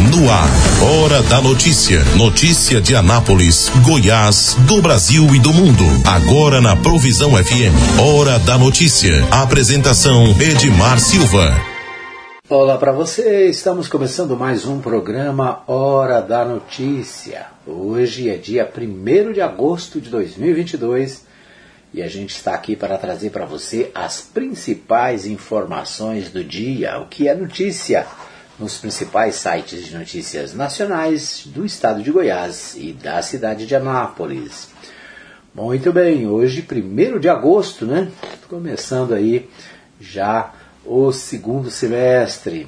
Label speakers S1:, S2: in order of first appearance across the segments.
S1: No ar, Hora da Notícia. Notícia de Anápolis, Goiás, do Brasil e do mundo. Agora na Provisão FM. Hora da Notícia. Apresentação Edmar Silva.
S2: Olá para você, estamos começando mais um programa Hora da Notícia. Hoje é dia 1º de agosto de 2022 e a gente está aqui para trazer para você as principais informações do dia, o que é notícia nos principais sites de notícias nacionais do estado de Goiás e da cidade de Anápolis. Muito bem, hoje 1º de agosto, né? Começando aí já o segundo semestre.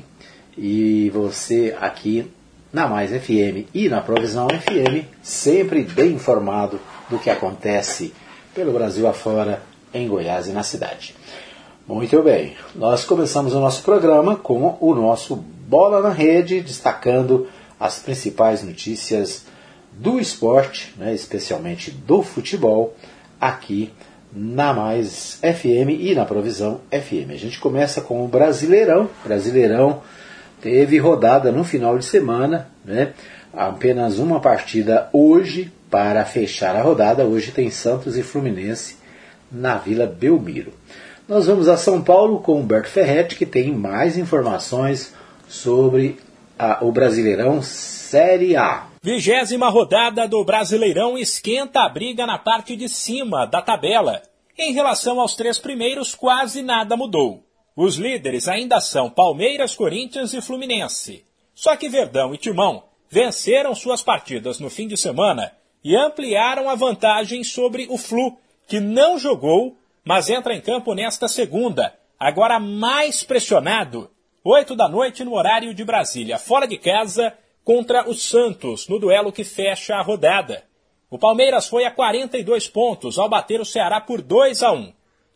S2: E você aqui na Mais FM e na Provisão FM, sempre bem informado do que acontece pelo Brasil afora, em Goiás e na cidade. Muito bem, nós começamos o nosso programa com o nosso Bola na Rede, destacando as principais notícias do esporte, né, especialmente do futebol, aqui na Mais FM e na Provisão FM. A gente começa com o Brasileirão. Brasileirão teve rodada no final de semana, né? Apenas uma partida hoje para fechar a rodada. Hoje tem Santos e Fluminense na Vila Belmiro. Nós vamos a São Paulo com o Humberto Ferretti, que tem mais informações sobre o Brasileirão Série A.
S3: 20ª rodada do Brasileirão esquenta a briga na parte de cima da tabela. Em relação aos 3 primeiros, quase nada mudou. Os líderes ainda são Palmeiras, Corinthians e Fluminense. Só que Verdão e Timão venceram suas partidas no fim de semana e ampliaram a vantagem sobre o Flu, que não jogou, mas entra em campo nesta segunda, agora mais pressionado, 8 da noite no horário de Brasília, fora de casa, contra o Santos, no duelo que fecha a rodada. O Palmeiras foi a 42 pontos ao bater o Ceará por 2-1.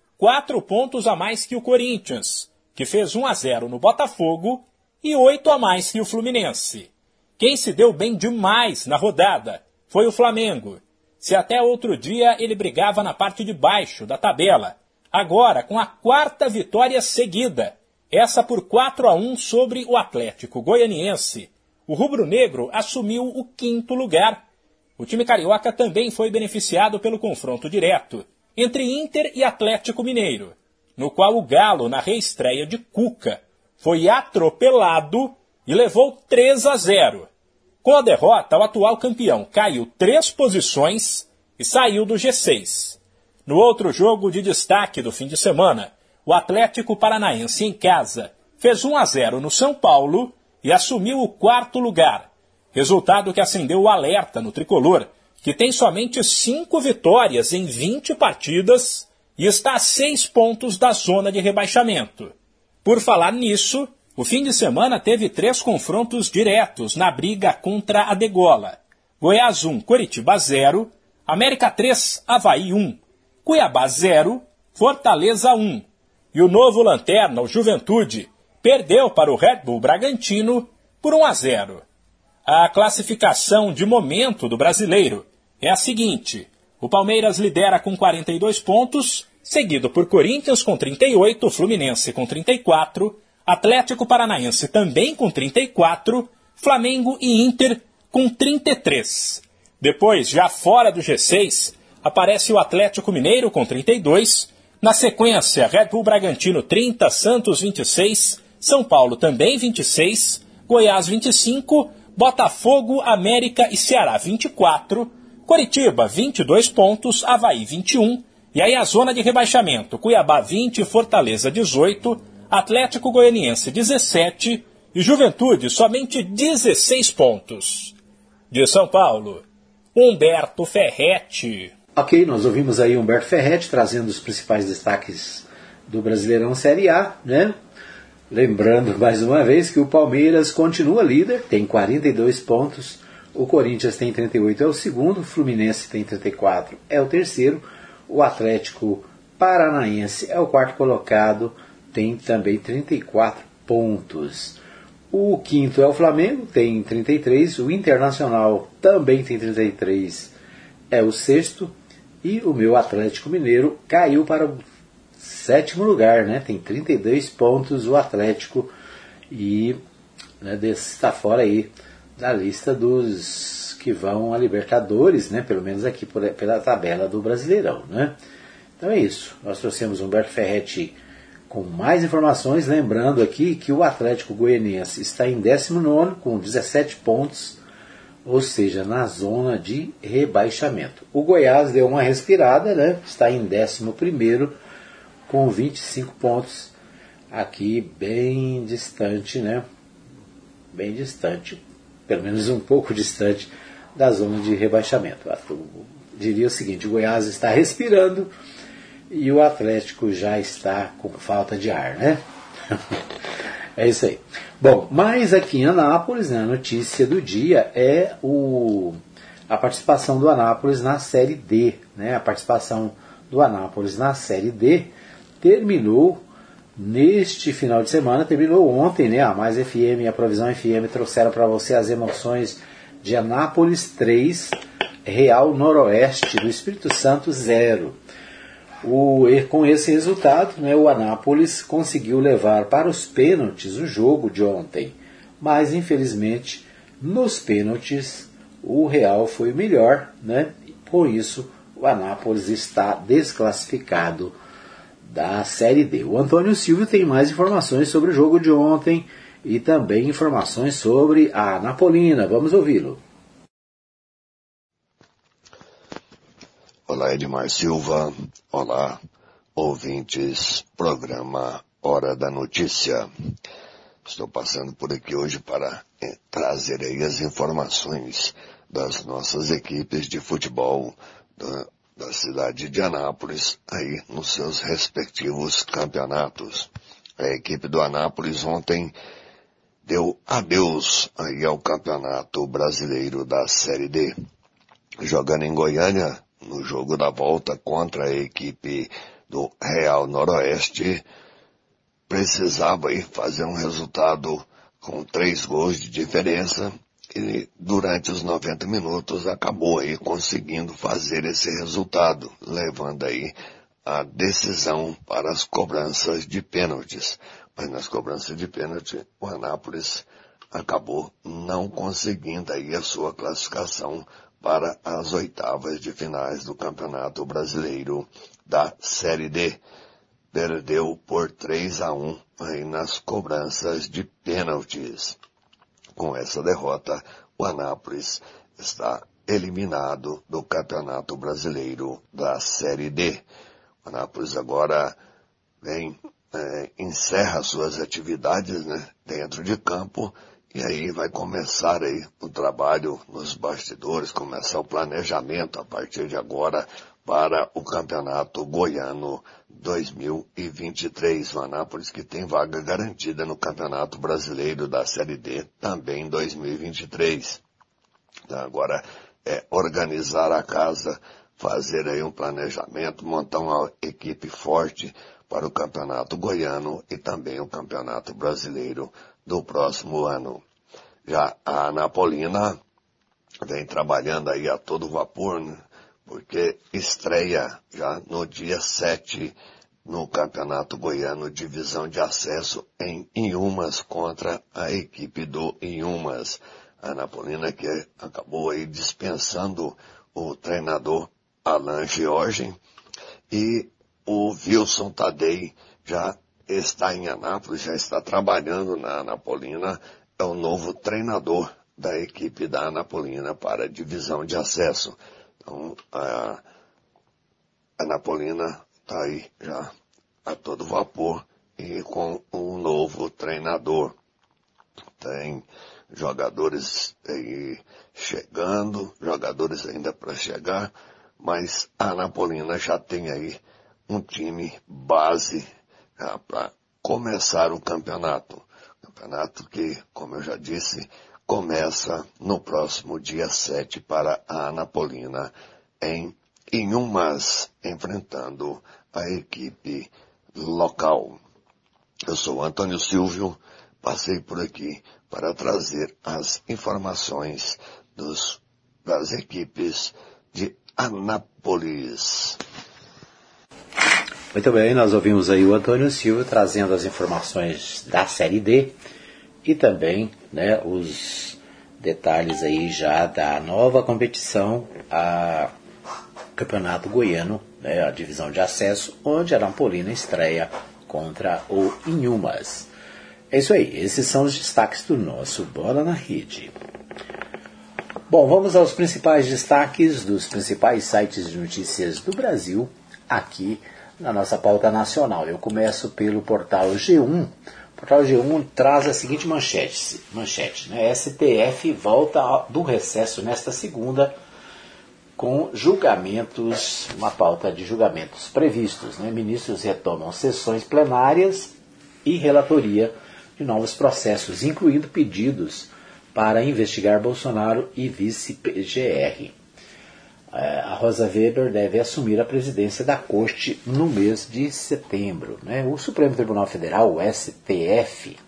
S3: 4 pontos a mais que o Corinthians, que fez 1-0 no Botafogo, e 8 a mais que o Fluminense. Quem se deu bem demais na rodada foi o Flamengo. Se até outro dia ele brigava na parte de baixo da tabela, agora com a 4ª vitória seguida, essa por 4-1 sobre o Atlético Goianiense, o rubro-negro assumiu o 5º lugar. O time carioca também foi beneficiado pelo confronto direto entre Inter e Atlético Mineiro, no qual o Galo, na reestreia de Cuca, foi atropelado e levou 3-0. Com a derrota, o atual campeão caiu 3 posições e saiu do G6. No outro jogo de destaque do fim de semana, o Atlético Paranaense em casa fez 1-0 no São Paulo e assumiu o 4º lugar. Resultado que acendeu o alerta no tricolor, que tem somente 5 vitórias em 20 partidas e está a 6 pontos da zona de rebaixamento. Por falar nisso, o fim de semana teve 3 confrontos diretos na briga contra a degola. Goiás 1, Coritiba 0, América 3, Avaí 1, Cuiabá 0, Fortaleza 1. E o novo lanterna, o Juventude, perdeu para o Red Bull Bragantino por 1-0. A classificação de momento do brasileiro é a seguinte: o Palmeiras lidera com 42 pontos, seguido por Corinthians com 38, Fluminense com 34, Atlético Paranaense também com 34, Flamengo e Inter com 33. Depois, já fora do G6, aparece o Atlético Mineiro com 32, na sequência Red Bull Bragantino 30, Santos 26, São Paulo também 26, Goiás 25, Botafogo, América e Ceará 24, Coritiba 22 pontos, Avaí 21, e aí a zona de rebaixamento, Cuiabá 20, Fortaleza 18, Atlético Goianiense 17 e Juventude somente 16 pontos. De São Paulo, Humberto Ferretti.
S2: Ok, nós ouvimos aí Humberto Ferretti trazendo os principais destaques do Brasileirão Série A, né? Lembrando mais uma vez que o Palmeiras continua líder, tem 42 pontos, o Corinthians tem 38, é o segundo, o Fluminense tem 34, é o terceiro, o Atlético Paranaense é o 4º colocado, tem também 34 pontos. O 5º é o Flamengo, tem 33, o Internacional também tem 33, é o 6º, e o meu Atlético Mineiro caiu para o 7º lugar, né? Tem 32 pontos o Atlético e, né, está fora aí da lista dos que vão a Libertadores, né? Pelo menos aqui pela tabela do Brasileirão, né? Então é isso. Nós trouxemos Humberto Ferretti com mais informações, lembrando aqui que o Atlético Goianiense está em 19º com 17 pontos, ou seja, na zona de rebaixamento. O Goiás deu uma respirada, né? Está em 11º com 25 pontos, aqui bem distante, né? Bem distante, pelo menos um pouco distante da zona de rebaixamento. Eu diria o seguinte: o Goiás está respirando e o Atlético já está com falta de ar, né? É isso aí. Bom, mas aqui em Anápolis, né, a notícia do dia é a participação do Anápolis na Série D, né? A participação do Anápolis na Série D terminou neste final de semana, terminou ontem, né? A Mais FM e a Provisão FM trouxeram para você as emoções de Anápolis 3, Real Noroeste do Espírito Santo 0. Com esse resultado, né, o Anápolis conseguiu levar para os pênaltis o jogo de ontem, mas infelizmente nos pênaltis o Real foi melhor, né? Por isso o Anápolis está desclassificado da Série D. O Antônio Silvio tem mais informações sobre o jogo de ontem e também informações sobre a Anapolina. Vamos ouvi-lo.
S4: Olá, Edmar Silva. Olá, ouvintes, programa Hora da Notícia. Estou passando por aqui hoje para trazer aí as informações das nossas equipes de futebol da cidade de Anápolis, aí nos seus respectivos campeonatos. A equipe do Anápolis ontem deu adeus aí ao Campeonato Brasileiro da Série D. Jogando em Goiânia, no jogo da volta contra a equipe do Real Noroeste, precisava aí fazer um resultado com 3 gols de diferença e durante os 90 minutos acabou aí conseguindo fazer esse resultado, levando aí a decisão para as cobranças de pênaltis. Mas nas cobranças de pênalti, o Anápolis acabou não conseguindo aí a sua classificação para as oitavas de finais do Campeonato Brasileiro da Série D. Perdeu por 3-1 aí nas cobranças de pênaltis. Com essa derrota, o Anápolis está eliminado do Campeonato Brasileiro da Série D. O Anápolis agora encerra suas atividades, né, dentro de campo. E aí vai começar aí o trabalho nos bastidores, começar o planejamento a partir de agora para o Campeonato Goiano 2023. O Anápolis que tem vaga garantida no Campeonato Brasileiro da Série D também em 2023. Então, agora é organizar a casa, fazer aí um planejamento, montar uma equipe forte para o Campeonato Goiano e também o Campeonato Brasileiro do próximo ano. Já a Anapolina vem trabalhando aí a todo vapor, né? Porque estreia já no dia 7 no Campeonato Goiano, divisão de acesso em Inhumas contra a equipe do Inhumas. A Anapolina que acabou aí dispensando o treinador Alan George e o Wilson Tadei já está em Anápolis, já está trabalhando na Anapolina, é o novo treinador da equipe da Anapolina para a divisão de acesso. Então, a Anapolina está aí já a todo vapor e com um novo treinador. Tem jogadores aí chegando, jogadores ainda para chegar, mas a Anapolina já tem aí um time base para começar o campeonato. Campeonato que, como eu já disse, começa no próximo dia 7 para a Anapolina em Inhumas, enfrentando a equipe local. Eu sou Antônio Silvio, passei por aqui para trazer as informações das equipes de Anápolis.
S2: Muito bem, nós ouvimos aí o Antônio Silva trazendo as informações da Série D e também, né, os detalhes aí já da nova competição, a Campeonato Goiano, né, a divisão de acesso, onde a Napolina estreia contra o Inhumas. É isso aí, esses são os destaques do nosso Bola na Rede. Bom, vamos aos principais destaques dos principais sites de notícias do Brasil, aqui na nossa pauta nacional. Eu começo pelo portal G1. O portal G1 traz a seguinte manchete, né? STF volta do recesso nesta segunda com julgamentos, uma pauta de julgamentos previstos, né? Ministros retomam sessões plenárias e relatoria de novos processos, incluindo pedidos para investigar Bolsonaro e vice-PGR. A Rosa Weber deve assumir a presidência da Corte no mês de setembro, né? O Supremo Tribunal Federal, o STF,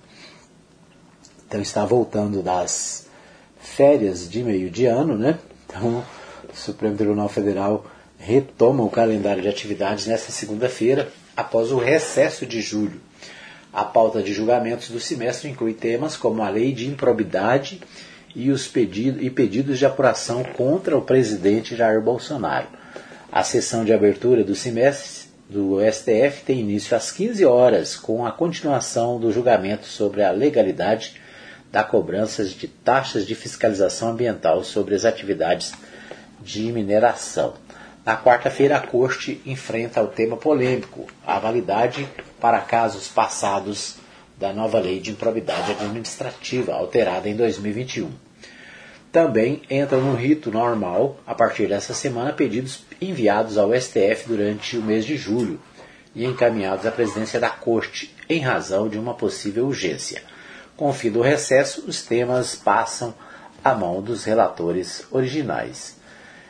S2: então está voltando das férias de meio de ano, né? Então o Supremo Tribunal Federal retoma o calendário de atividades nesta segunda-feira, após o recesso de julho. A pauta de julgamentos do semestre inclui temas como a lei de improbidade e pedidos de apuração contra o presidente Jair Bolsonaro. A sessão de abertura do semestre do STF tem início às 15 horas, com a continuação do julgamento sobre a legalidade da cobrança de taxas de fiscalização ambiental sobre as atividades de mineração. Na quarta-feira, a Corte enfrenta o tema polêmico, a validade para casos passados da nova lei de improbidade administrativa, alterada em 2021. Também entra no rito normal, a partir dessa semana, pedidos enviados ao STF durante o mês de julho e encaminhados à presidência da Corte, em razão de uma possível urgência. Com o fim do recesso, os temas passam à mão dos relatores originais.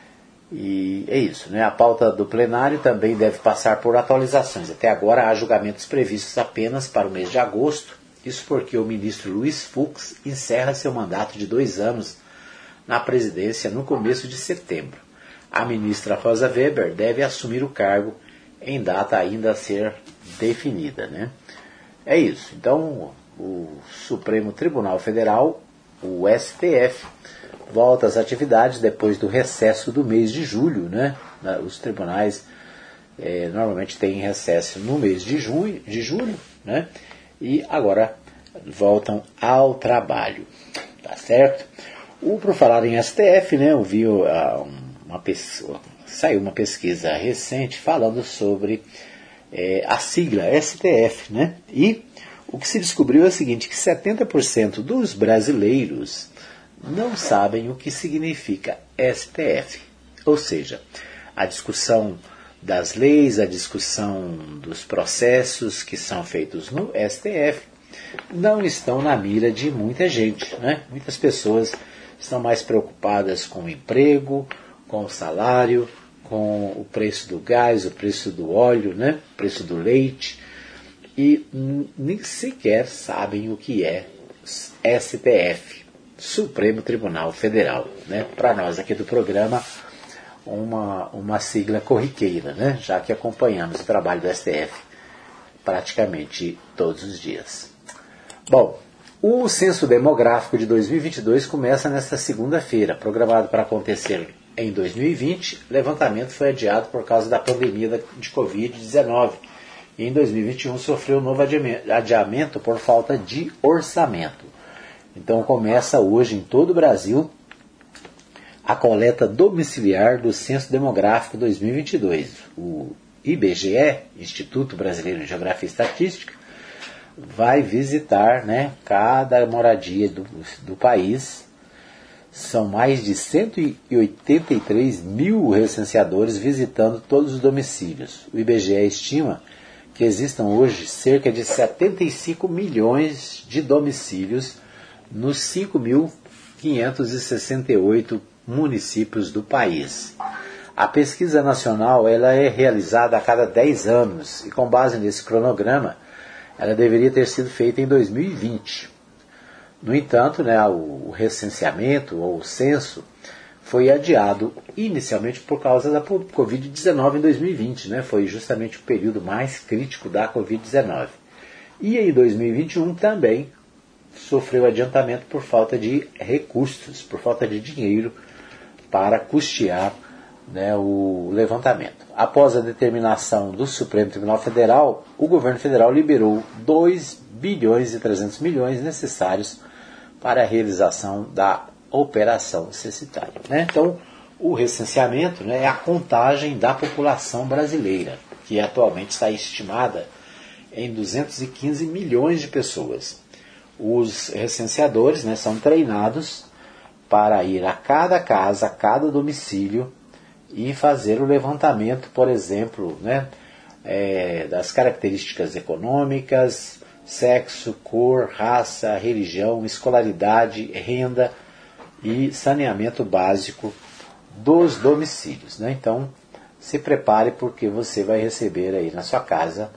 S2: E é isso, né? A pauta do plenário também deve passar por atualizações. Até agora há julgamentos previstos apenas para o mês de agosto. Isso porque o ministro Luiz Fux encerra seu mandato de 2 anos na presidência no começo de setembro. A ministra Rosa Weber deve assumir o cargo em data ainda a ser definida, né? É isso. Então, o Supremo Tribunal Federal, o STF, volta às atividades depois do recesso do mês de julho, né? Os tribunais normalmente têm recesso no mês de julho, né? E agora voltam ao trabalho, tá certo? Por falar em STF, né? Eu vi saiu uma pesquisa recente falando sobre a sigla STF, né? E o que se descobriu é o seguinte, que 70% dos brasileiros não sabem o que significa STF. Ou seja, a discussão das leis, a discussão dos processos que são feitos no STF não estão na mira de muita gente, né? Muitas pessoas estão mais preocupadas com o emprego, com o salário, com o preço do gás, o preço do óleo, né? O preço do leite, e nem sequer sabem o que é STF. Supremo Tribunal Federal, né? Para nós aqui do programa, uma sigla corriqueira, né? Já que acompanhamos o trabalho do STF praticamente todos os dias. Bom, o Censo Demográfico de 2022 começa nesta segunda-feira, programado para acontecer em 2020. O levantamento foi adiado por causa da pandemia de Covid-19 e em 2021 sofreu um novo adiamento por falta de orçamento. Então começa hoje em todo o Brasil a coleta domiciliar do Censo Demográfico 2022. O IBGE, Instituto Brasileiro de Geografia e Estatística, vai visitar, né, cada moradia do país. São mais de 183 mil recenseadores visitando todos os domicílios. O IBGE estima que existam hoje cerca de 75 milhões de domicílios nos 5.568 municípios do país. A pesquisa nacional ela é realizada a cada 10 anos e, com base nesse cronograma, ela deveria ter sido feita em 2020. No entanto, né, o recenseamento ou o censo foi adiado inicialmente por causa da Covid-19 em 2020. Né, foi justamente o período mais crítico da Covid-19. E em 2021 também sofreu adiantamento por falta de recursos, por falta de dinheiro para custear, né, o levantamento. Após a determinação do Supremo Tribunal Federal, o governo federal liberou 2 bilhões e 300 milhões necessários para a realização da operação censitária, né? Então, o recenseamento, né, é a contagem da população brasileira, que atualmente está estimada em 215 milhões de pessoas. Os recenseadores, né, são treinados para ir a cada casa, a cada domicílio e fazer o levantamento, por exemplo, né, das características econômicas, sexo, cor, raça, religião, escolaridade, renda e saneamento básico dos domicílios, né? Então, se prepare porque você vai receber aí na sua casa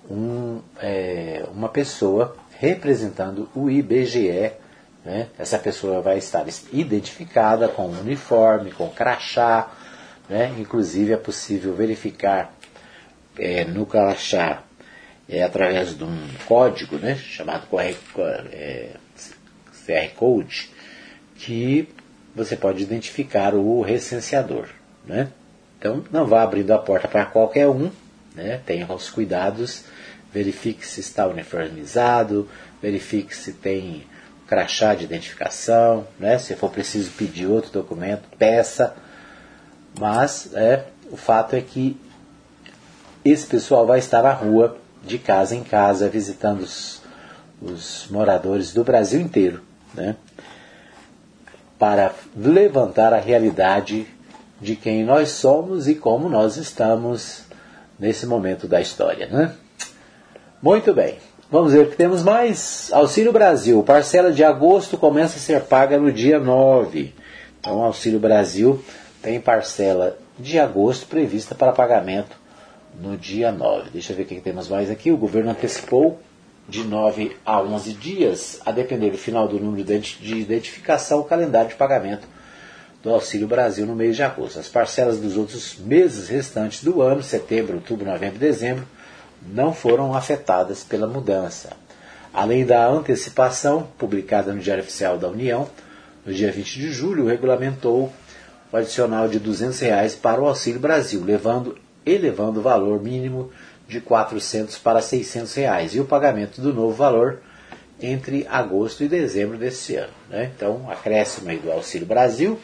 S2: uma pessoa representando o IBGE, né? Essa pessoa vai estar identificada com uniforme, com crachá, né? Inclusive é possível verificar no crachá através de um código, né, chamado QR Code, que você pode identificar o recenseador, né? Então, não vá abrindo a porta para qualquer um, né? Tenha os cuidados, verifique se está uniformizado, verifique se tem crachá de identificação, né? Se for preciso pedir outro documento, peça. Mas o fato é que esse pessoal vai estar na rua, de casa em casa, visitando os moradores do Brasil inteiro, né? Para levantar a realidade de quem nós somos e como nós estamos nesse momento da história, né? Muito bem, vamos ver o que temos mais. Auxílio Brasil, parcela de agosto começa a ser paga no dia 9. Então, Auxílio Brasil tem parcela de agosto prevista para pagamento no dia 9. Deixa eu ver o que temos mais aqui. O governo antecipou de 9 a 11 dias, a depender do final do número de identificação, o calendário de pagamento do Auxílio Brasil no mês de agosto. As parcelas dos outros meses restantes do ano, setembro, outubro, novembro e dezembro, não foram afetadas pela mudança. Além da antecipação, publicada no Diário Oficial da União, no dia 20 de julho, regulamentou o adicional de R$ 200 para o Auxílio Brasil, elevando o valor mínimo de R$ 400 para R$ 600 e o pagamento do novo valor entre agosto e dezembro deste ano, né? Então, acréscimo aí do Auxílio Brasil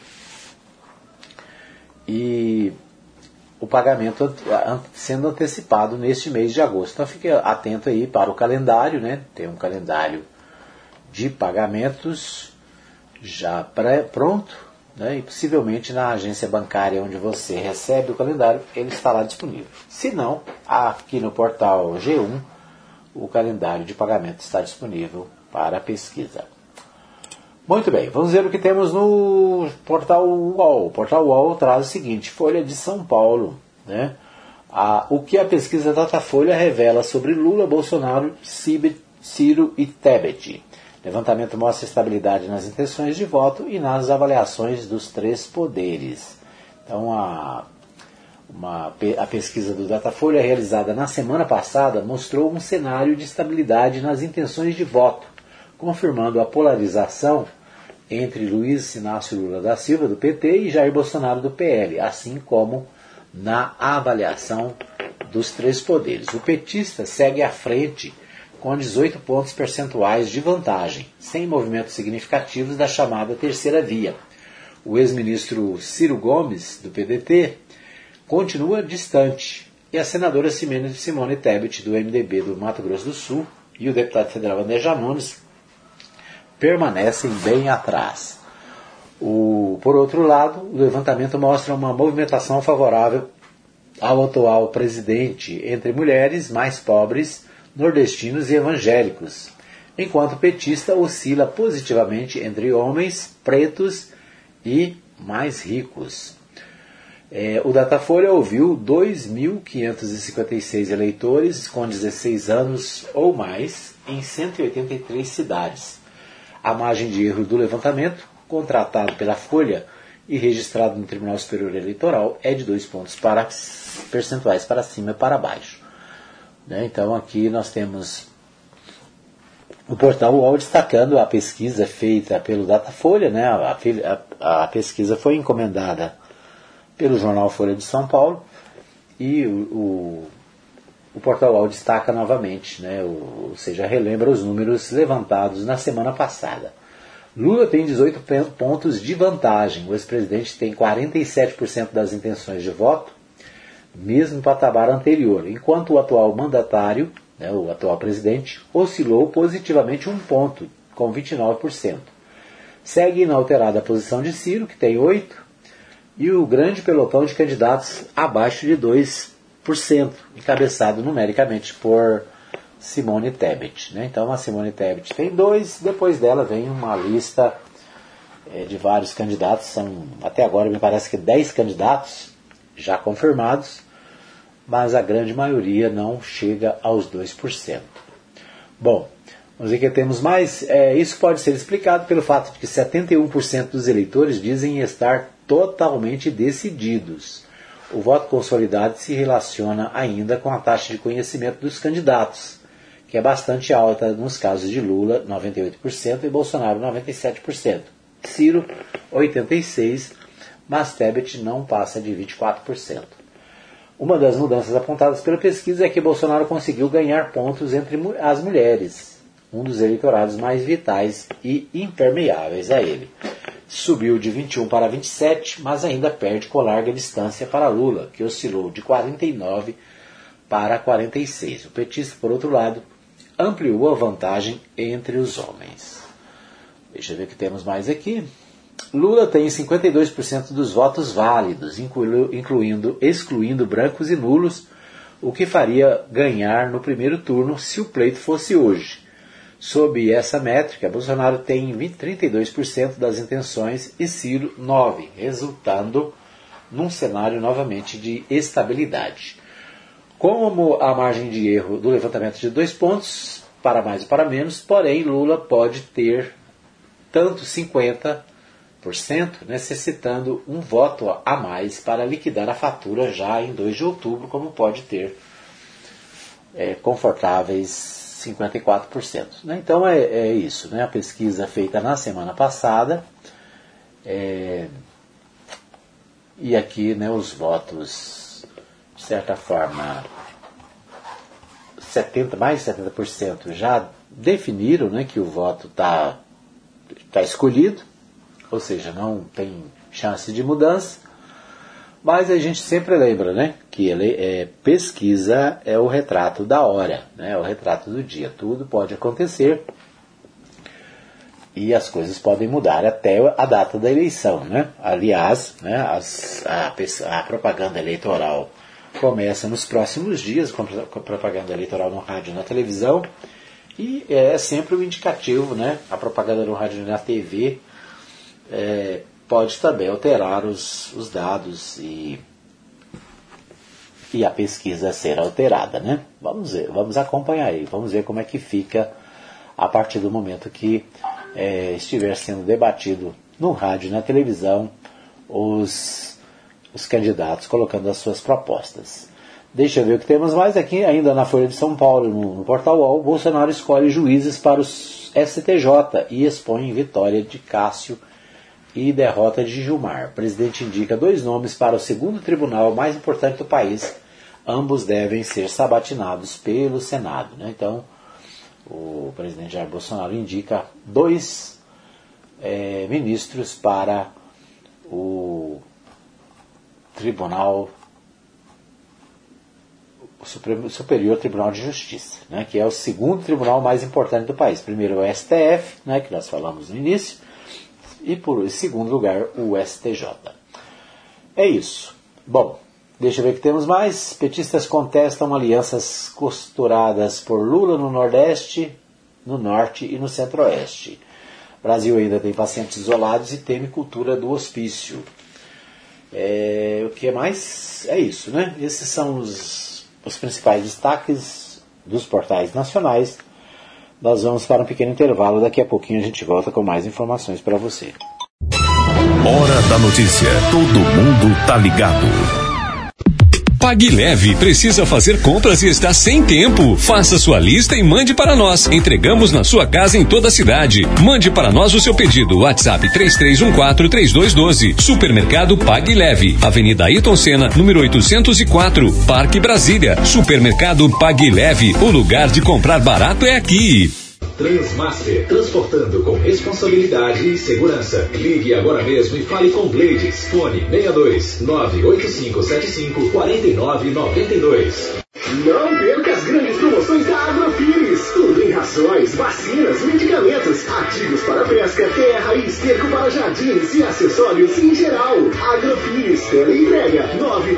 S2: e o pagamento sendo antecipado neste mês de agosto. Então, fique atento aí para o calendário, né? Tem um calendário de pagamentos já pronto, né? E possivelmente na agência bancária onde você recebe o calendário, ele estará disponível. Se não, aqui no portal G1, o calendário de pagamento está disponível para pesquisa. Muito bem, vamos ver o que temos no portal UOL. O portal UOL traz o seguinte: Folha de São Paulo, né? O que a pesquisa Datafolha revela sobre Lula, Bolsonaro, Ciro e Tebet. Levantamento mostra estabilidade nas intenções de voto e nas avaliações dos três poderes. Então, a pesquisa do Datafolha, realizada na semana passada, mostrou um cenário de estabilidade nas intenções de voto, confirmando a polarização entre Luiz Inácio Lula da Silva, do PT, e Jair Bolsonaro, do PL, assim como na avaliação dos três poderes. O petista segue à frente com 18 pontos percentuais de vantagem, sem movimentos significativos da chamada terceira via. O ex-ministro Ciro Gomes, do PDT, continua distante, e a senadora Simone Tebet, do MDB do Mato Grosso do Sul, e o deputado federal André Janones permanecem bem atrás. Por outro lado, o levantamento mostra uma movimentação favorável ao atual presidente entre mulheres mais pobres, nordestinos e evangélicos, enquanto o petista oscila positivamente entre homens pretos e mais ricos. O Datafolha ouviu 2.556 eleitores com 16 anos ou mais em 183 cidades. A margem de erro do levantamento, contratado pela Folha e registrado no Tribunal Superior Eleitoral, é de 2 pontos percentuais para cima e para baixo. Então aqui nós temos o portal UOL destacando a pesquisa feita pelo Datafolha, né? A pesquisa foi encomendada pelo jornal Folha de São Paulo e o portal UOL destaca novamente, né? Ou seja, relembra os números levantados na semana passada. Lula tem 18 pontos de vantagem, o ex-presidente tem 47% das intenções de voto, mesmo patamar anterior, enquanto o atual mandatário, né, o atual presidente, oscilou positivamente 1 ponto, com 29%. Segue inalterada a posição de Ciro, que tem 8%, e o grande pelotão de candidatos abaixo de 2%, encabeçado numericamente por Simone Tebet. Né? Então a Simone Tebet tem 2%, depois dela vem uma lista de vários candidatos, são até agora me parece que 10 candidatos já confirmados, mas a grande maioria não chega aos 2%. Bom, vamos ver que temos mais. Isso pode ser explicado pelo fato de que 71% dos eleitores dizem estar totalmente decididos. O voto consolidado se relaciona ainda com a taxa de conhecimento dos candidatos, que é bastante alta nos casos de Lula, 98%, e Bolsonaro, 97%. Ciro, 86%, mas Tebet não passa de 24%. Uma das mudanças apontadas pela pesquisa é que Bolsonaro conseguiu ganhar pontos entre as mulheres, um dos eleitorados mais vitais e impermeáveis a ele. Subiu de 21 para 27, mas ainda perde com larga distância para Lula, que oscilou de 49 para 46. O petista, por outro lado, ampliou a vantagem entre os homens. Deixa eu ver o que temos mais aqui. Lula tem 52% dos votos válidos, excluindo brancos e nulos, o que faria ganhar no primeiro turno se o pleito fosse hoje. Sob essa métrica, Bolsonaro tem 32% das intenções e Ciro 9%, resultando num cenário novamente de estabilidade. Como a margem de erro do levantamento de 2 pontos, para mais ou para menos, porém Lula pode ter tanto 50%, necessitando um voto a mais para liquidar a fatura já em 2 de outubro, como pode ter confortáveis 54%. Né? Então é isso, né? A pesquisa feita na semana passada, e aqui, né, os votos, de certa forma, mais de 70% já definiram, né, que o voto está escolhido, ou seja, não tem chance de mudança, mas a gente sempre lembra, né, que pesquisa é o retrato da hora, né, é o retrato do dia. Tudo pode acontecer e as coisas podem mudar até a data da eleição. Né? Aliás, né, a propaganda eleitoral começa nos próximos dias, com a propaganda eleitoral no rádio e na televisão, e é sempre um indicativo, né, a propaganda no rádio e na TV pode também alterar os dados e a pesquisa ser alterada, né? Vamos acompanhar aí, vamos ver como é que fica a partir do momento que estiver sendo debatido no rádio e na televisão os candidatos colocando as suas propostas. Deixa eu ver o que temos mais aqui, ainda na Folha de São Paulo, no portal UOL. Bolsonaro escolhe juízes para os STJ e expõe vitória de Cássio e derrota de Gilmar. O presidente indica 2 nomes para o segundo tribunal mais importante do país. Ambos devem ser sabatinados pelo Senado. Né? Então, o presidente Jair Bolsonaro indica 2 ministros para o Tribunal Superior Tribunal de Justiça, né? Que é o segundo tribunal mais importante do país. Primeiro o STF, né, que nós falamos no início, e em segundo lugar o STJ. É isso. Bom, deixa eu ver o que temos mais. Petistas contestam alianças costuradas por Lula no Nordeste, no Norte e no Centro-Oeste. O Brasil ainda tem pacientes isolados e teme cultura do hospício. O que mais? É isso, né? Esses são os principais destaques dos portais nacionais. Nós vamos para um pequeno intervalo, daqui a pouquinho a gente volta com mais informações para você.
S1: Hora da notícia. Todo mundo tá ligado.
S5: Pague Leve. Precisa fazer compras e está sem tempo? Faça sua lista e mande para nós. Entregamos na sua casa em toda a cidade. Mande para nós o seu pedido. WhatsApp 3314-3212. Supermercado Pague Leve. Avenida Ayrton Senna, número 804, Parque Brasília. Supermercado Pague Leve. O lugar de comprar barato é aqui.
S6: Transmaster, transportando com responsabilidade e segurança. Ligue agora mesmo e fale com Blades. Fone 62-98575-4992.
S7: Não perca as grandes promoções da Agrofires. Tudo em rações, vacinas, medicamentos, ativos para pesca, terra e esterco para jardins e acessórios em geral. Agrofires, teleentrega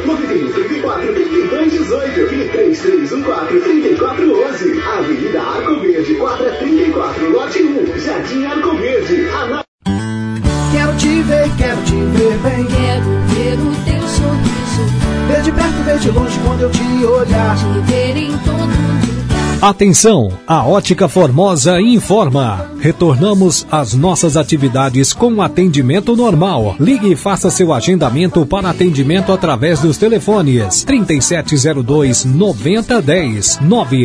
S7: 99134-3218 e 3314-3411. Avenida Arco Verde, quadra 34, lote 1, Jardim Arco Verde.
S8: Quero te ver bem.
S9: Quero ver o teu sorriso.
S8: Ver de perto, ver de longe quando eu te olhar.
S9: Te ver em todo lugar.
S10: Atenção, a Ótica Formosa informa. Retornamos às nossas atividades com atendimento normal. Ligue e faça seu agendamento para atendimento através dos telefones 3702-9010,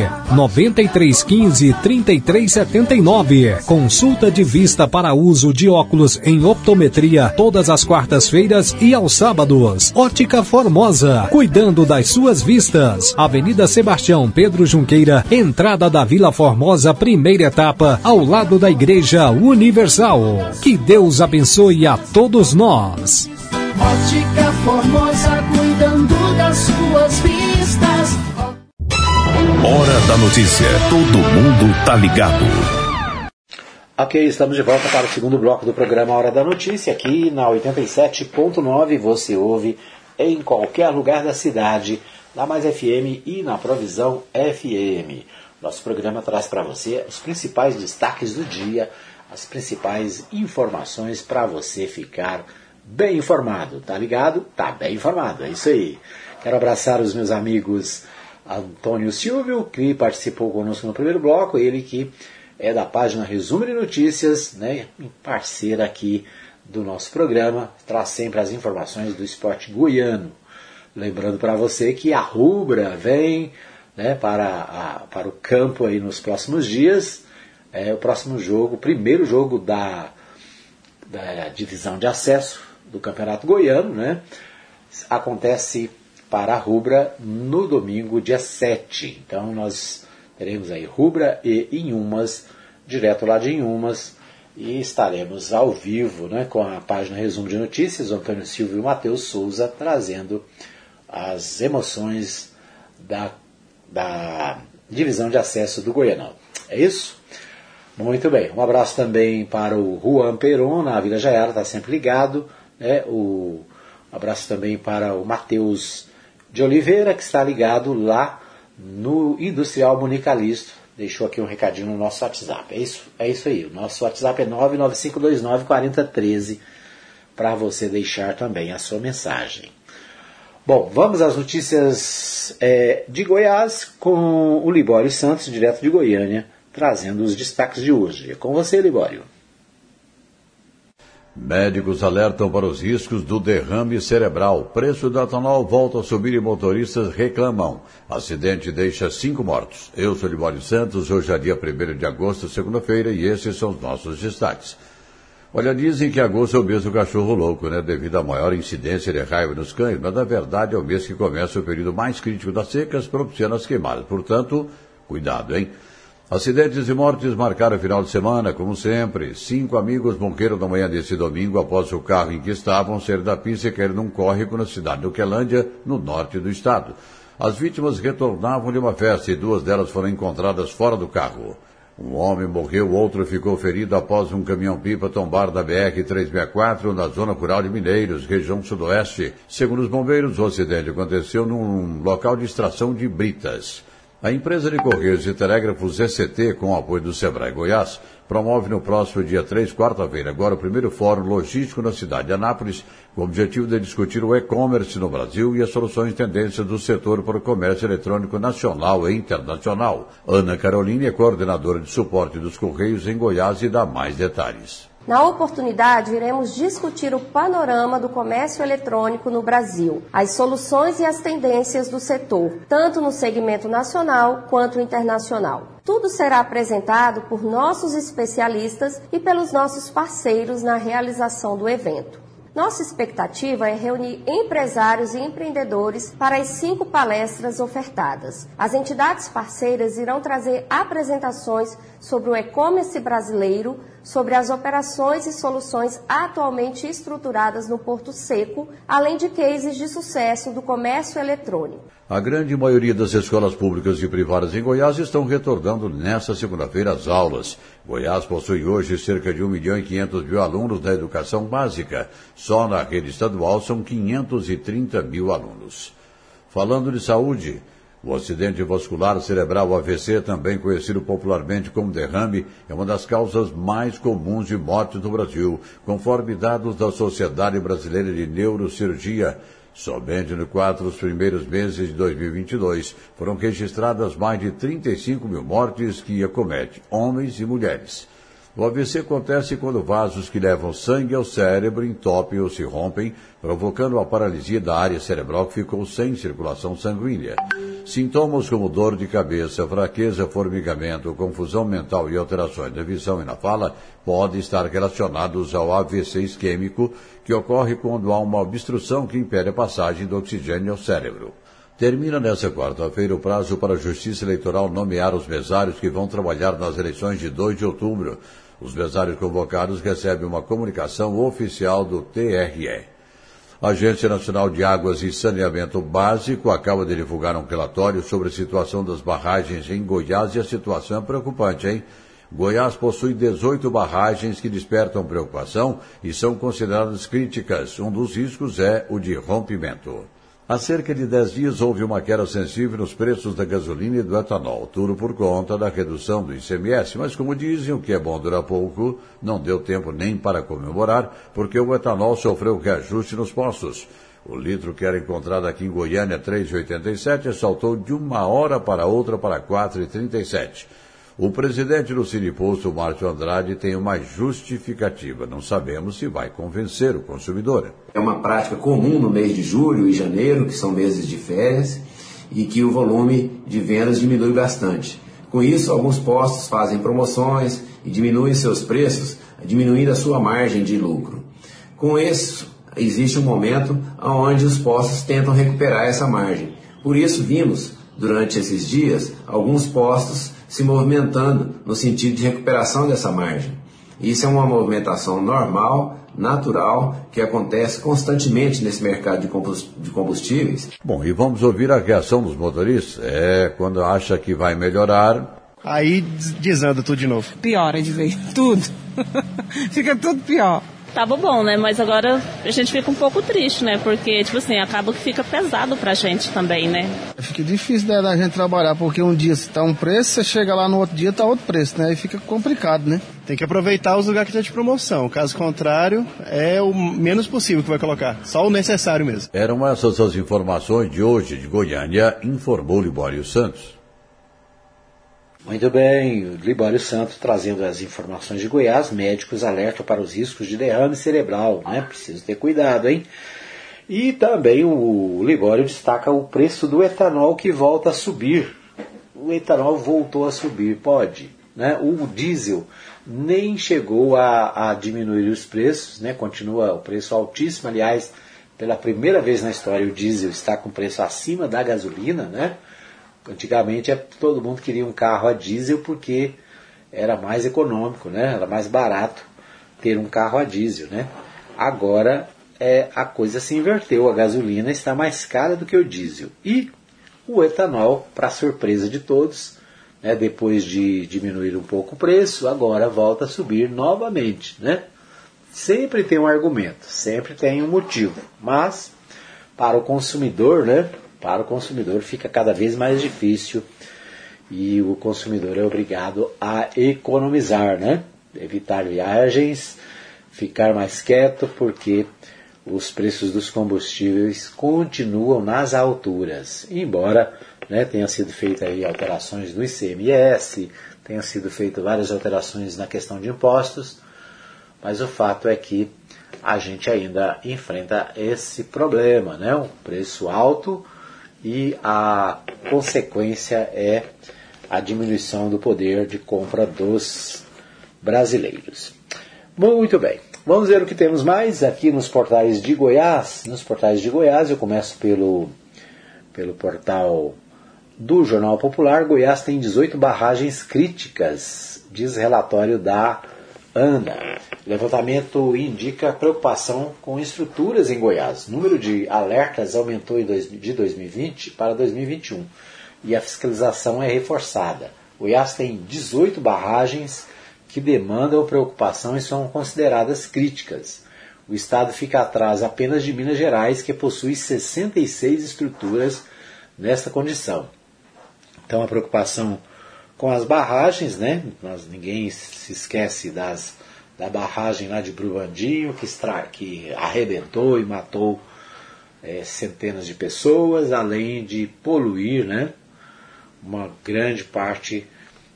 S10: 99315-3379. Consulta de vista para uso de óculos em optometria todas as quartas-feiras e aos sábados. Ótica Formosa, cuidando das suas vistas. Avenida Sebastião Pedro Junqueira, entrada da Vila Formosa, primeira etapa, ao lado da Igreja Universal. Que Deus abençoe a todos nós.
S8: Ótica Formosa, cuidando das suas vistas.
S1: Hora da notícia. Todo mundo tá ligado.
S2: Ok, estamos de volta para o segundo bloco do programa Hora da Notícia. Aqui na 87.9 você ouve em qualquer lugar da cidade, na Mais FM e na Provisão FM. Nosso programa traz para você os principais destaques do dia, as principais informações para você ficar bem informado. Tá ligado? Tá bem informado, é isso aí. Quero abraçar os meus amigos Antônio Silvio, que participou conosco no primeiro bloco, ele que é da página Resumo de Notícias, né, parceira aqui do nosso programa, traz sempre as informações do esporte goiano. Lembrando para você que a Rubra vem, né, para o campo aí nos próximos dias. O próximo jogo, o primeiro jogo da divisão de acesso do Campeonato Goiano, né, acontece para a Rubra no domingo, dia 7. Então nós teremos aí Rubra e Inhumas, direto lá de Inhumas, e estaremos ao vivo, né, com a página Resumo de Notícias, o Antônio Silvio e o Matheus Souza, trazendo as emoções da divisão de acesso do Goianão. É isso? Muito bem. Um abraço também para o Juan Peron, na Vila Jaiara, está sempre ligado. Né? Um abraço também para o Matheus de Oliveira, que está ligado lá no Industrial Municalisto. Deixou aqui um recadinho no nosso WhatsApp. É isso aí. O nosso WhatsApp é 995294013 para você deixar também a sua mensagem. Bom, vamos às notícias de Goiás com o Libório Santos, direto de Goiânia, trazendo os destaques de hoje. É com você, Libório.
S11: Médicos alertam para os riscos do derrame cerebral. Preço do etanol volta a subir e motoristas reclamam. Acidente deixa 5 mortos. Eu sou Libório Santos, hoje é dia 1º de agosto, segunda-feira, e esses são os nossos destaques. Olha, dizem que agosto é o mês do cachorro louco, né? Devido à maior incidência de raiva nos cães, mas na verdade é o mês que começa o período mais crítico das secas, propiciando as queimadas. Portanto, cuidado, hein? Acidentes e mortes marcaram o final de semana, como sempre. 5 amigos morreram na manhã desse domingo após o carro em que estavam sair da pista e cair num córrego na cidade de Uquelândia, no norte do estado. As vítimas retornavam de uma festa e 2 delas foram encontradas fora do carro. Um homem morreu, outro ficou ferido após um caminhão-pipa tombar da BR-364 na zona rural de Mineiros, região sudoeste. Segundo os bombeiros, o acidente aconteceu num local de extração de britas. A empresa de Correios e Telégrafos ECT, com o apoio do Sebrae Goiás, promove no próximo dia 3, quarta-feira, agora o primeiro fórum logístico na cidade de Anápolis, com o objetivo de discutir o e-commerce no Brasil e as soluções e tendências do setor para o comércio eletrônico nacional e internacional. Ana Caroline é coordenadora de suporte dos Correios em Goiás e dá mais detalhes.
S12: Na oportunidade, iremos discutir o panorama do comércio eletrônico no Brasil, as soluções e as tendências do setor, tanto no segmento nacional quanto internacional. Tudo será apresentado por nossos especialistas e pelos nossos parceiros na realização do evento. Nossa expectativa é reunir empresários e empreendedores para as 5 palestras ofertadas. As entidades parceiras irão trazer apresentações sobre o e-commerce brasileiro, sobre as operações e soluções atualmente estruturadas no Porto Seco, além de cases de sucesso do comércio eletrônico.
S11: A grande maioria das escolas públicas e privadas em Goiás estão retornando nesta segunda-feira às aulas. Goiás possui hoje cerca de 1.500.000 alunos na educação básica. Só na rede estadual são 530.000 alunos. Falando de saúde, o acidente vascular cerebral AVC, também conhecido popularmente como derrame, é uma das causas mais comuns de mortes no Brasil, conforme dados da Sociedade Brasileira de Neurocirurgia. Somente nos 4 primeiros meses de 2022 foram registradas mais de 35.000 mortes que acometem homens e mulheres. O AVC acontece quando vasos que levam sangue ao cérebro entopem ou se rompem, provocando a paralisia da área cerebral que ficou sem circulação sanguínea. Sintomas como dor de cabeça, fraqueza, formigamento, confusão mental e alterações na visão e na fala podem estar relacionados ao AVC isquêmico, que ocorre quando há uma obstrução que impede a passagem do oxigênio ao cérebro. Termina nesta quarta-feira o prazo para a Justiça Eleitoral nomear os mesários que vão trabalhar nas eleições de 2 de outubro. Os mesários convocados recebem uma comunicação oficial do TRE. A Agência Nacional de Águas e Saneamento Básico acaba de divulgar um relatório sobre a situação das barragens em Goiás e a situação é preocupante, hein? Goiás possui 18 barragens que despertam preocupação e são consideradas críticas. Um dos riscos é o de rompimento. Há cerca de 10 dias houve uma queda sensível nos preços da gasolina e do etanol, tudo por conta da redução do ICMS, mas como dizem, o que é bom dura pouco, não deu tempo nem para comemorar, porque o etanol sofreu reajuste nos postos. O litro que era encontrado aqui em Goiânia, 3,87, saltou de uma hora para outra para 4,37. O presidente do Siniposto, Márcio Andrade, tem uma justificativa. Não sabemos se vai convencer o consumidor.
S13: É uma prática comum no mês de julho e janeiro, que são meses de férias, e que o volume de vendas diminui bastante. Com isso, alguns postos fazem promoções e diminuem seus preços, diminuindo a sua margem de lucro. Com isso, existe um momento onde os postos tentam recuperar essa margem. Por isso, vimos, durante esses dias, alguns postos se movimentando no sentido de recuperação dessa margem. Isso é uma movimentação normal, natural, que acontece constantemente nesse mercado de combustíveis.
S11: Bom, e vamos ouvir a reação dos motoristas. Quando acha que vai melhorar,
S14: aí desanda tudo de novo.
S15: Piora de vez, tudo. Fica tudo pior.
S16: Tava bom, né? Mas agora a gente fica um pouco triste, né? Porque, tipo assim, acaba que fica pesado pra gente também, né?
S14: Fica difícil, né, da gente trabalhar, porque um dia tá um preço, você chega lá no outro dia tá outro preço, né? E fica complicado, né?
S17: Tem que aproveitar os lugares que tem de promoção. Caso contrário, é o menos possível que vai colocar. Só o necessário mesmo.
S11: Eram essas as informações de hoje de Goiânia, informou Libório Santos.
S2: Muito bem, Libório Santos trazendo as informações de Goiás. Médicos alertam para os riscos de derrame cerebral, né? Preciso ter cuidado, hein? E também o Libório destaca o preço do etanol que volta a subir. O etanol voltou a subir, pode, né? O diesel nem chegou a diminuir os preços, né? Continua o preço altíssimo. Aliás, pela primeira vez na história o diesel está com preço acima da gasolina, né? Antigamente todo mundo queria um carro a diesel porque era mais econômico, né? Era mais barato ter um carro a diesel, né? Agora a coisa se inverteu, a gasolina está mais cara do que o diesel. E o etanol, para surpresa de todos, né, depois de diminuir um pouco o preço, agora volta a subir novamente, né? Sempre tem um argumento, sempre tem um motivo, mas para o consumidor, né? Para o consumidor fica cada vez mais difícil e o consumidor é obrigado a economizar, né? Evitar viagens, ficar mais quieto, porque os preços dos combustíveis continuam nas alturas. Embora, né, tenha sido feita aí alterações no ICMS, tenham sido feitas várias alterações na questão de impostos, mas o fato é que a gente ainda enfrenta esse problema, né? Um preço alto e a consequência é a diminuição do poder de compra dos brasileiros. Muito bem, vamos ver o que temos mais aqui nos portais de Goiás. Nos portais de Goiás, eu começo pelo portal do Jornal Popular. Goiás tem 18 barragens críticas, diz relatório da ANA. O levantamento indica preocupação com estruturas em Goiás. O número de alertas aumentou de 2020 para 2021 e a fiscalização é reforçada. Goiás tem 18 barragens que demandam preocupação e são consideradas críticas. O estado fica atrás apenas de Minas Gerais, que possui 66 estruturas nesta condição. Então a preocupação com as barragens, né? Ninguém se esquece da barragem lá de Brubandinho, que arrebentou e matou centenas de pessoas, além de poluir, né? Uma grande parte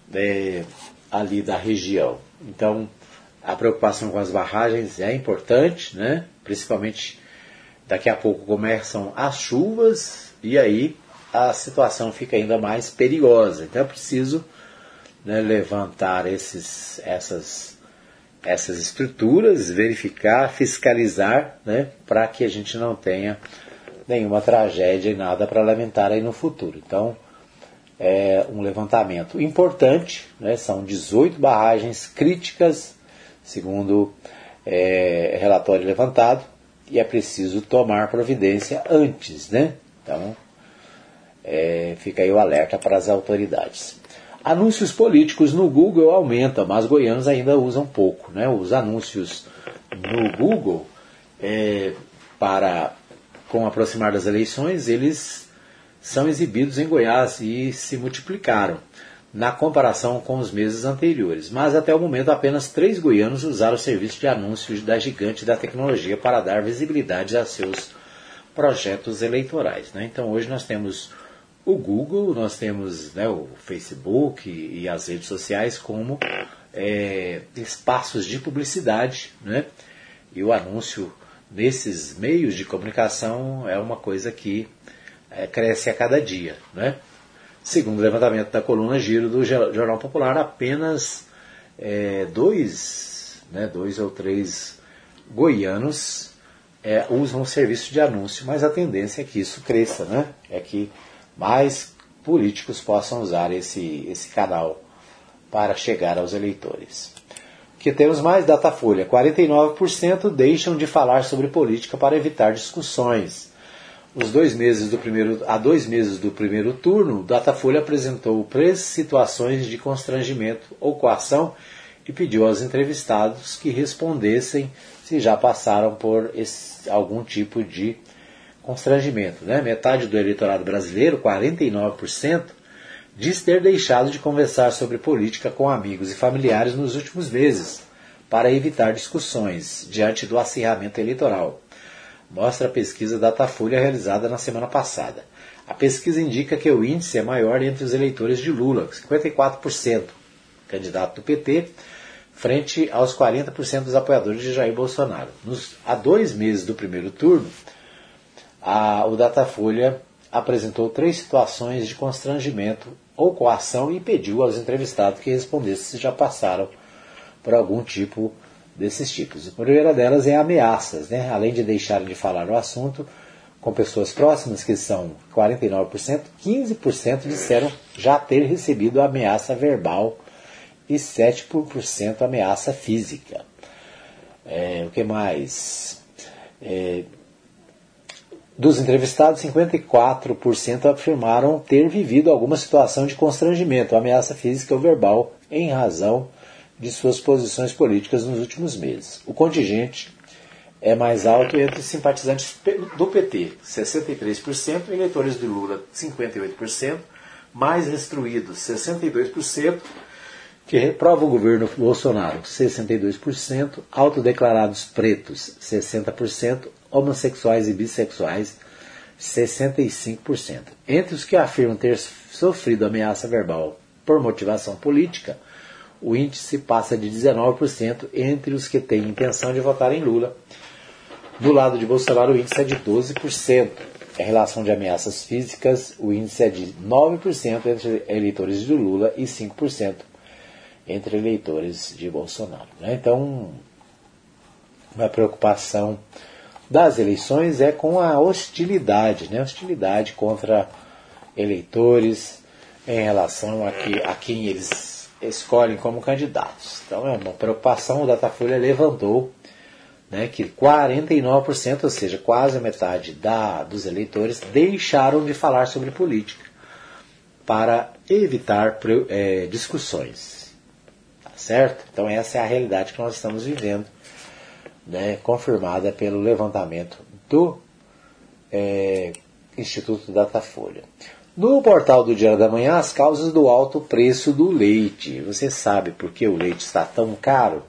S2: ali da região. Então a preocupação com as barragens é importante, né? Principalmente daqui a pouco começam as chuvas e aí a situação fica ainda mais perigosa. Então é preciso, né, levantar essas estruturas, verificar, fiscalizar, né, para que a gente não tenha nenhuma tragédia e nada para lamentar aí no futuro. Então é um levantamento importante, né, são 18 barragens críticas, segundo relatório levantado, e é preciso tomar providência antes, né? Então fica aí o alerta para as autoridades. Anúncios políticos no Google aumentam, mas goianos ainda usam pouco, né? Os anúncios no Google, com o aproximar das eleições, eles são exibidos em Goiás e se multiplicaram na comparação com os meses anteriores. Mas até o momento apenas 3 goianos usaram o serviço de anúncios da gigante da tecnologia para dar visibilidade a seus projetos eleitorais, né? Então hoje nós temos o Google, nós temos, né, o Facebook e as redes sociais como espaços de publicidade, né? E o anúncio nesses meios de comunicação é uma coisa que cresce a cada dia, né? Segundo o levantamento da coluna Giro do Jornal Popular, apenas 2 ou 3 goianos usam o serviço de anúncio, mas a tendência é que isso cresça, né? É que mais políticos possam usar esse canal para chegar aos eleitores. O que temos mais? Datafolha. 49% deixam de falar sobre política para evitar discussões. Há 2 meses do primeiro turno, o Datafolha apresentou 3 situações de constrangimento ou coação e pediu aos entrevistados que respondessem se já passaram por algum tipo de constrangimento, né? Metade do eleitorado brasileiro, 49%, diz ter deixado de conversar sobre política com amigos e familiares nos últimos meses, para evitar discussões diante do acirramento eleitoral. Mostra a pesquisa Datafolha realizada na semana passada. A pesquisa indica que o índice é maior entre os eleitores de Lula, 54%, candidato do PT, frente aos 40% dos apoiadores de Jair Bolsonaro. Há 2 meses do primeiro turno, o Datafolha apresentou 3 situações de constrangimento ou coação e pediu aos entrevistados que respondessem se já passaram por algum tipo desses tipos. A primeira delas é ameaças, né? Além de deixarem de falar o assunto com pessoas próximas, que são 49%, 15% disseram já ter recebido ameaça verbal e 7% ameaça física. O que mais? Dos entrevistados, 54% afirmaram ter vivido alguma situação de constrangimento, ameaça física ou verbal, em razão de suas posições políticas nos últimos meses. O contingente é mais alto entre simpatizantes do PT, 63%, eleitores de Lula, 58%, mais instruídos, 62%, que reprovam o governo Bolsonaro, 62%, autodeclarados pretos, 60%, homossexuais e bissexuais, 65%. Entre os que afirmam ter sofrido ameaça verbal por motivação política, o índice passa de 19% entre os que têm intenção de votar em Lula. Do lado de Bolsonaro, o índice é de 12%. Em relação de ameaças físicas, o índice é de 9% entre eleitores de Lula e 5% entre eleitores de Bolsonaro. Então, uma preocupação das eleições é com a hostilidade, hostilidade contra eleitores em relação a quem eles escolhem como candidatos. Então, é uma preocupação. O Datafolha levantou que 49%, ou seja, quase a metade dos eleitores, deixaram de falar sobre política para evitar discussões. Tá certo? Então essa é a realidade que nós estamos vivendo, confirmada pelo levantamento do Instituto Datafolha. No portal do Diário da Manhã, as causas do alto preço do leite. Você sabe por que o leite está tão caro,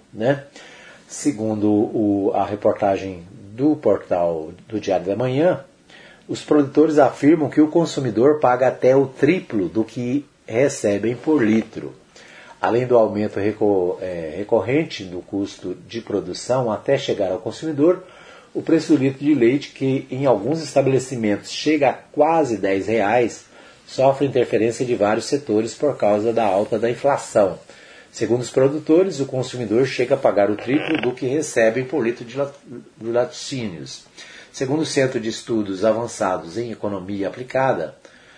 S2: Segundo a reportagem do portal do Diário da Manhã, os produtores afirmam que o consumidor paga até o triplo do que recebem por litro. Além do aumento recorrente no custo de produção até chegar ao consumidor, o preço do litro de leite, que em alguns estabelecimentos chega a quase R$10, sofre interferência de vários setores por causa da alta da inflação. Segundo os produtores, o consumidor chega a pagar o triplo do que recebem por litro de laticínios. Segundo o Centro de Estudos Avançados em Economia Aplicada,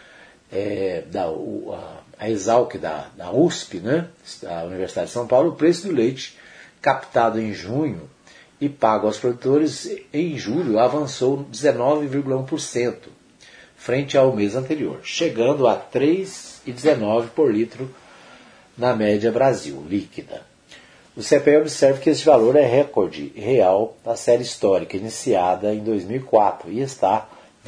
S2: a Exalc da USP, da Universidade de São Paulo, o preço do leite captado em junho e pago aos produtores em julho avançou 19,1%, frente ao mês anterior, chegando a R$ 3,19 por litro na média Brasil, líquida. O CPE observa que esse valor é recorde real da série histórica, iniciada em 2004, e está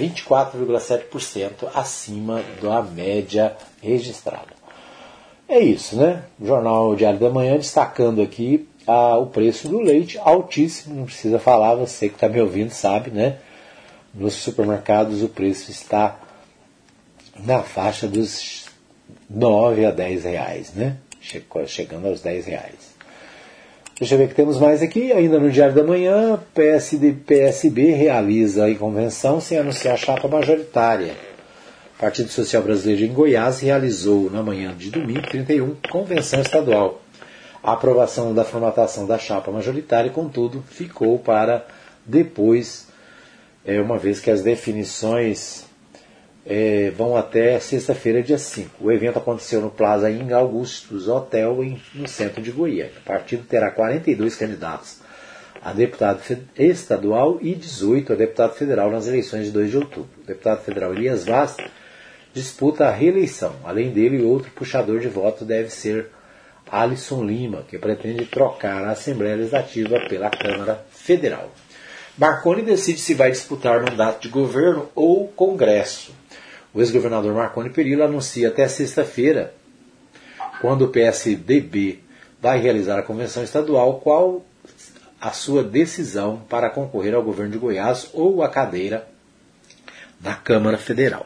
S2: 24,7% acima da média registrada. É isso, O Jornal Diário da Manhã destacando aqui o preço do leite altíssimo, não precisa falar, você que está me ouvindo sabe, Nos supermercados o preço está na faixa dos R$9 a R$10, chegando aos R$10. Deixa eu ver o que temos mais aqui. Ainda no Diário da Manhã, PSB realiza a convenção sem anunciar chapa majoritária. O Partido Social Brasileiro em Goiás realizou, na manhã de domingo, 31, convenção estadual. A aprovação da formatação da chapa majoritária, contudo, ficou para depois, uma vez que as definições vão até sexta-feira, dia 5. O evento aconteceu no Plaza Ing Augustus Hotel, no centro de Goiânia. O partido terá 42 candidatos a deputado estadual e 18 a deputado federal nas eleições de 2 de outubro. O deputado federal Elias Vaz disputa a reeleição. Além dele, outro puxador de voto deve ser Alisson Lima, que pretende trocar a Assembleia Legislativa pela Câmara Federal. Marconi decide se vai disputar mandato de governo ou Congresso. O ex-governador Marconi Perillo anuncia até sexta-feira, quando o PSDB vai realizar a convenção estadual, qual a sua decisão para concorrer ao governo de Goiás ou a cadeira da Câmara Federal.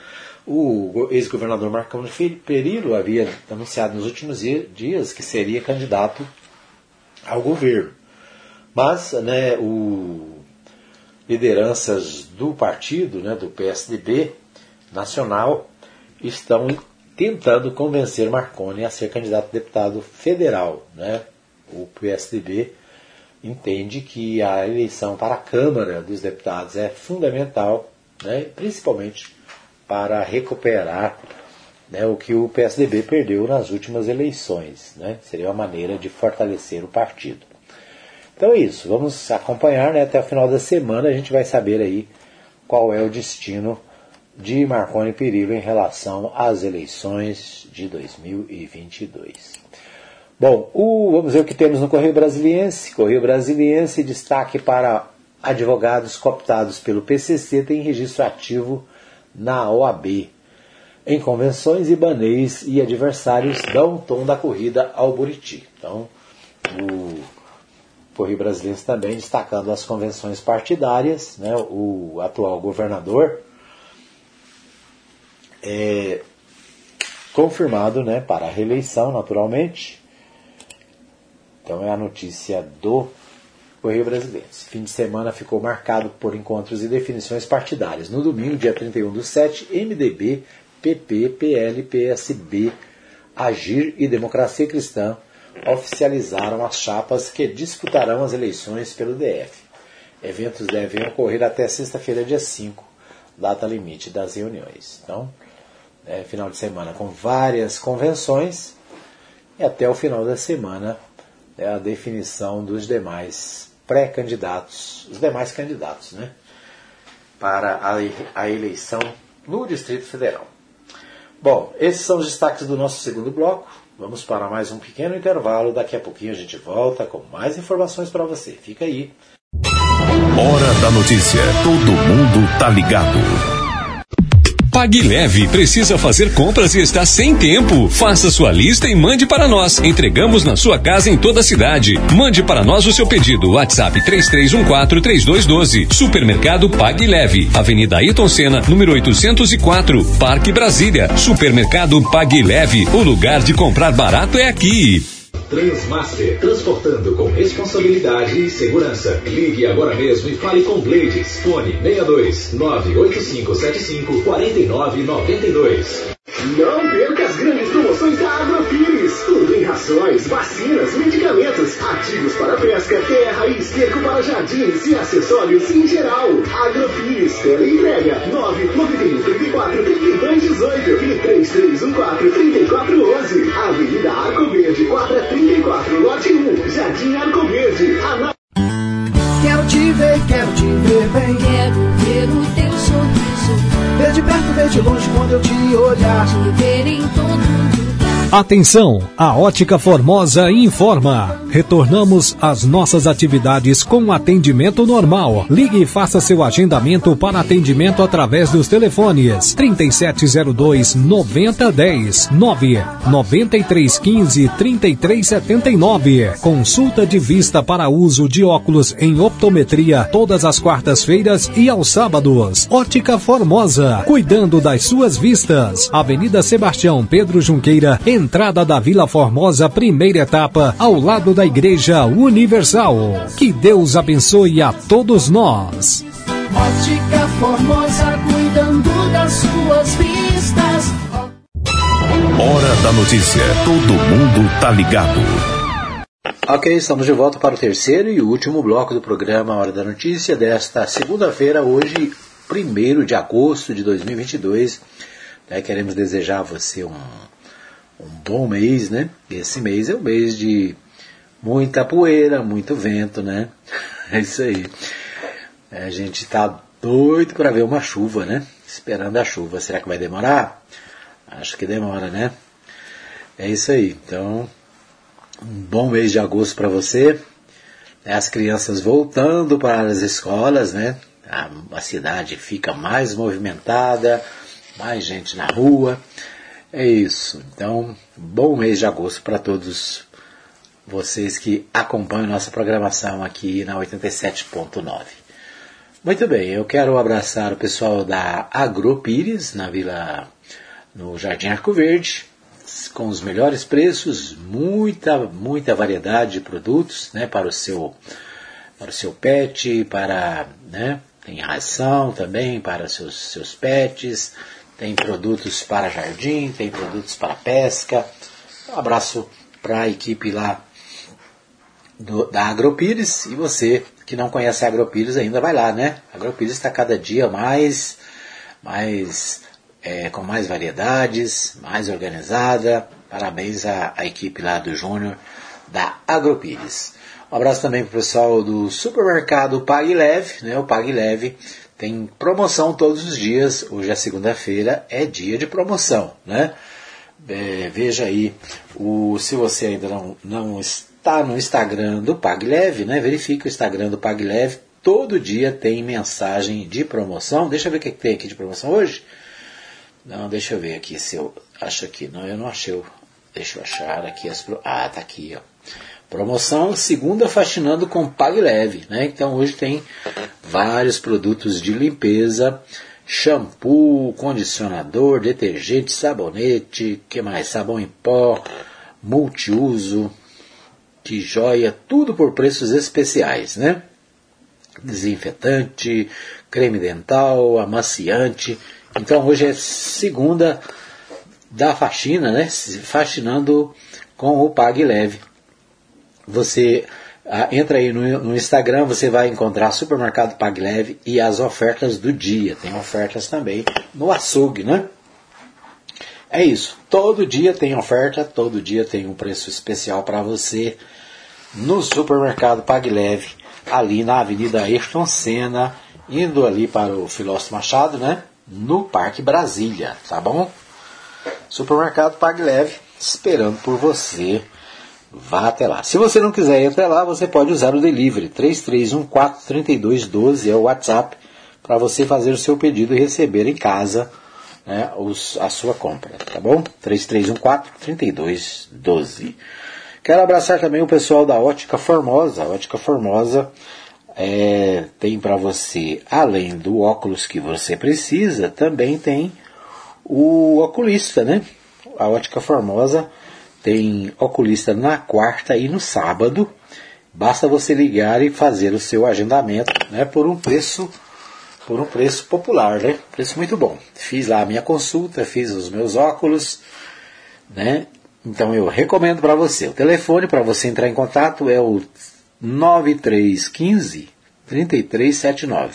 S2: O ex-governador Marconi Perillo havia anunciado nos últimos dias que seria candidato ao governo. Mas lideranças do partido, do PSDB nacional, estão tentando convencer Marconi a ser candidato a deputado federal. O PSDB entende que a eleição para a Câmara dos Deputados é fundamental, principalmente para recuperar o que o PSDB perdeu nas últimas eleições. Seria uma maneira de fortalecer o partido. Então é isso, vamos acompanhar, até o final da semana a gente vai saber aí qual é o destino de Marconi Perillo em relação às eleições de 2022. Bom, vamos ver o que temos no Correio Brasiliense. Correio Brasiliense, destaque para advogados cooptados pelo PCC tem registro ativo na OAB. Em convenções, Ibanez e adversários dão o tom da corrida ao Buriti. Então, o Correio Brasiliense também destacando as convenções partidárias, o atual governador confirmado para a reeleição, naturalmente, Então é a notícia do Correio Brasileiro. Esse fim de semana ficou marcado por encontros e definições partidárias. No domingo, dia 31/7, MDB, PP, PL, PSB, Agir e Democracia Cristã oficializaram as chapas que disputarão as eleições pelo DF. Eventos devem ocorrer até sexta-feira, dia 5, data limite das reuniões. Então, final de semana com várias convenções e até o final da semana a definição dos demais pré-candidatos, os demais candidatos, né, para a eleição no Distrito Federal. Bom, esses são os destaques do nosso segundo bloco. Vamos para mais um pequeno intervalo. Daqui a pouquinho a gente volta com mais informações para você. Fica aí.
S1: Hora da notícia. Todo mundo tá ligado.
S5: Pague Leve, precisa fazer compras e está sem tempo. Faça sua lista e mande para nós. Entregamos na sua casa em toda a cidade. Mande para nós o seu pedido. WhatsApp 3314-3212. Supermercado Pague Leve. Avenida Ayrton Senna, número 804, Parque Brasília. Supermercado Pague Leve. O lugar de comprar barato é aqui.
S6: Transmaster, transportando com responsabilidade e segurança. Ligue agora mesmo e fale com Blades. Fone 62 98575 4992.
S7: Não perca as grandes promoções da Agropires. Tudo em rações, vacinas, medicamentos, ativos para pesca, terra e esterco para jardins e acessórios em geral. Agropires, teleentrega 991 34 32 18 e 3314 3411. Avenida Arco Verde, quadra 34, lote 1, Jardim Arco Verde.
S8: Quero te ver bem.
S9: Quero ver o teu sorriso.
S8: Ver de perto, ver de longe quando eu te olhar.
S9: Te ver em todo lugar.
S10: Atenção, a Ótica Formosa informa. Retornamos às nossas atividades com atendimento normal. Ligue e faça seu agendamento para atendimento através dos telefones 3702-9010, 99315-3379. Consulta de vista para uso de óculos em optometria todas as quartas-feiras e aos sábados. Ótica Formosa, cuidando das suas vistas. Avenida Sebastião Pedro Junqueira, entrada da Vila Formosa, primeira etapa, ao lado da Igreja Universal. Que Deus abençoe a todos nós.
S8: Ótica Formosa, cuidando das suas vistas.
S1: Hora da notícia. Todo mundo tá ligado.
S2: Ok, estamos de volta para o terceiro e último bloco do programa Hora da Notícia desta segunda-feira, hoje, 1º de agosto de 2022. Queremos desejar a você um bom mês, né? Esse mês é um mês de muita poeira, muito vento, né? É isso aí. A gente tá doido para ver uma chuva, né? Esperando a chuva. Será que vai demorar? Acho que demora, né? É isso aí. Então, um bom mês de agosto para você. As crianças voltando para as escolas, né? A cidade fica mais movimentada, mais gente na rua. É isso. Então, bom mês de agosto para todos vocês que acompanham nossa programação aqui na 87.9. Muito bem, eu quero abraçar o pessoal da Agropires, no Jardim Arco Verde, com os melhores preços, muita variedade de produtos, né, para o seu pet, né, tem ração também para seus pets. Tem produtos para jardim, tem produtos para pesca. Um abraço para a equipe lá da Agropires. E você que não conhece a Agropires ainda, vai lá, né? A Agropires está cada dia com mais variedades, mais organizada. Parabéns à equipe lá do Júnior da Agropires. Um abraço também para o pessoal do supermercado Pague Leve, né? O Pague Leve tem promoção todos os dias. Hoje é segunda-feira, é dia de promoção, né? Veja aí, se você ainda não está no Instagram do Pague Leve, né? Verifique o Instagram do Pague Leve. Todo dia tem mensagem de promoção. Deixa eu ver o que tem aqui de promoção hoje. Não, deixa eu ver aqui se eu acho aqui. Não, eu não achei. Deixa eu achar aqui tá aqui, ó. Promoção segunda faxinando com Pague Leve, né? Então hoje tem vários produtos de limpeza, shampoo, condicionador, detergente, sabonete, que mais? Sabão em pó, multiuso, Que joia, tudo por preços especiais, né? Desinfetante, creme dental, amaciante. Então hoje é segunda da faxina, né? Faxinando com o Pague Leve. Você entra aí no Instagram, você vai encontrar Supermercado Pague Leve e as ofertas do dia. Tem ofertas também no açougue, né? É isso. Todo dia tem oferta, todo dia tem um preço especial para você no Supermercado Pague Leve, ali na Avenida Ayrton Senna, indo ali para o Filósofo Machado, né? No Parque Brasília, tá bom? Supermercado Pague Leve, esperando por você. Vá até lá. Se você não quiser ir até lá, você pode usar o delivery. 3314-3212 é o WhatsApp para você fazer o seu pedido e receber em casa, né, a sua compra, tá bom? 3314-3212. Quero abraçar também o pessoal da Ótica Formosa. A Ótica Formosa tem para você, além do óculos que você precisa, também tem o oculista, né? A Ótica Formosa tem oculista na quarta e no sábado. Basta você ligar e fazer o seu agendamento, né, por um preço popular, né? Preço muito bom. Fiz lá a minha consulta, fiz os meus óculos, né? Então eu recomendo para você. O telefone para você entrar em contato é o 9315-3379.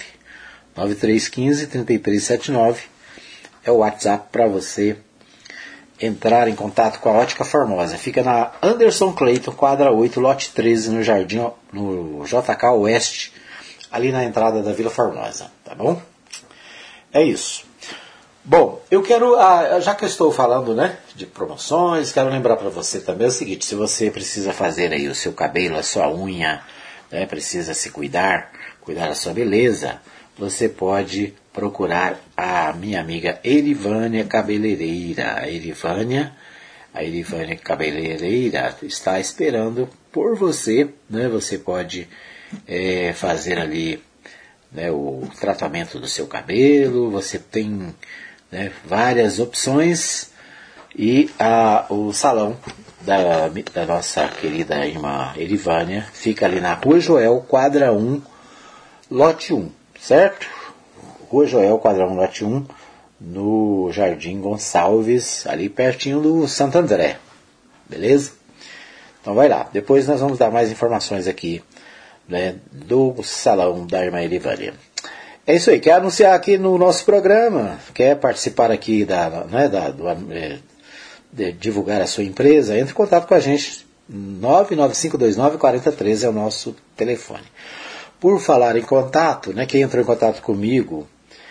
S2: 9315-3379 é o WhatsApp para você entrar em contato com a Ótica Formosa. Fica na Anderson Clayton, quadra 8, lote 13, no Jardim, no JK Oeste, ali na entrada da Vila Formosa, tá bom? É isso. Bom, eu quero, já que eu estou falando, né, de promoções, quero lembrar para você também o seguinte: se você precisa fazer aí o seu cabelo, a sua unha, né, precisa se cuidar da sua beleza, você pode procurar a minha amiga Erivânia Cabeleireira. A Erivânia Cabeleireira está esperando por você, né? Você pode fazer ali, né, o tratamento do seu cabelo. Você tem, né, várias opções, e o salão da nossa querida irmã Erivânia fica ali na Rua Joel, quadra 1, lote 1, certo? Rua Joel, quadra 1, lote 1, no Jardim Gonçalves, ali pertinho do Santo André, beleza? Então vai lá, depois nós vamos dar mais informações aqui, né, do salão da irmã Erivânia. É isso aí, quer anunciar aqui no nosso programa, quer participar aqui de divulgar a sua empresa, entre em contato com a gente. 995294013 é o nosso telefone. Por falar em contato, né, quem entrou em contato comigo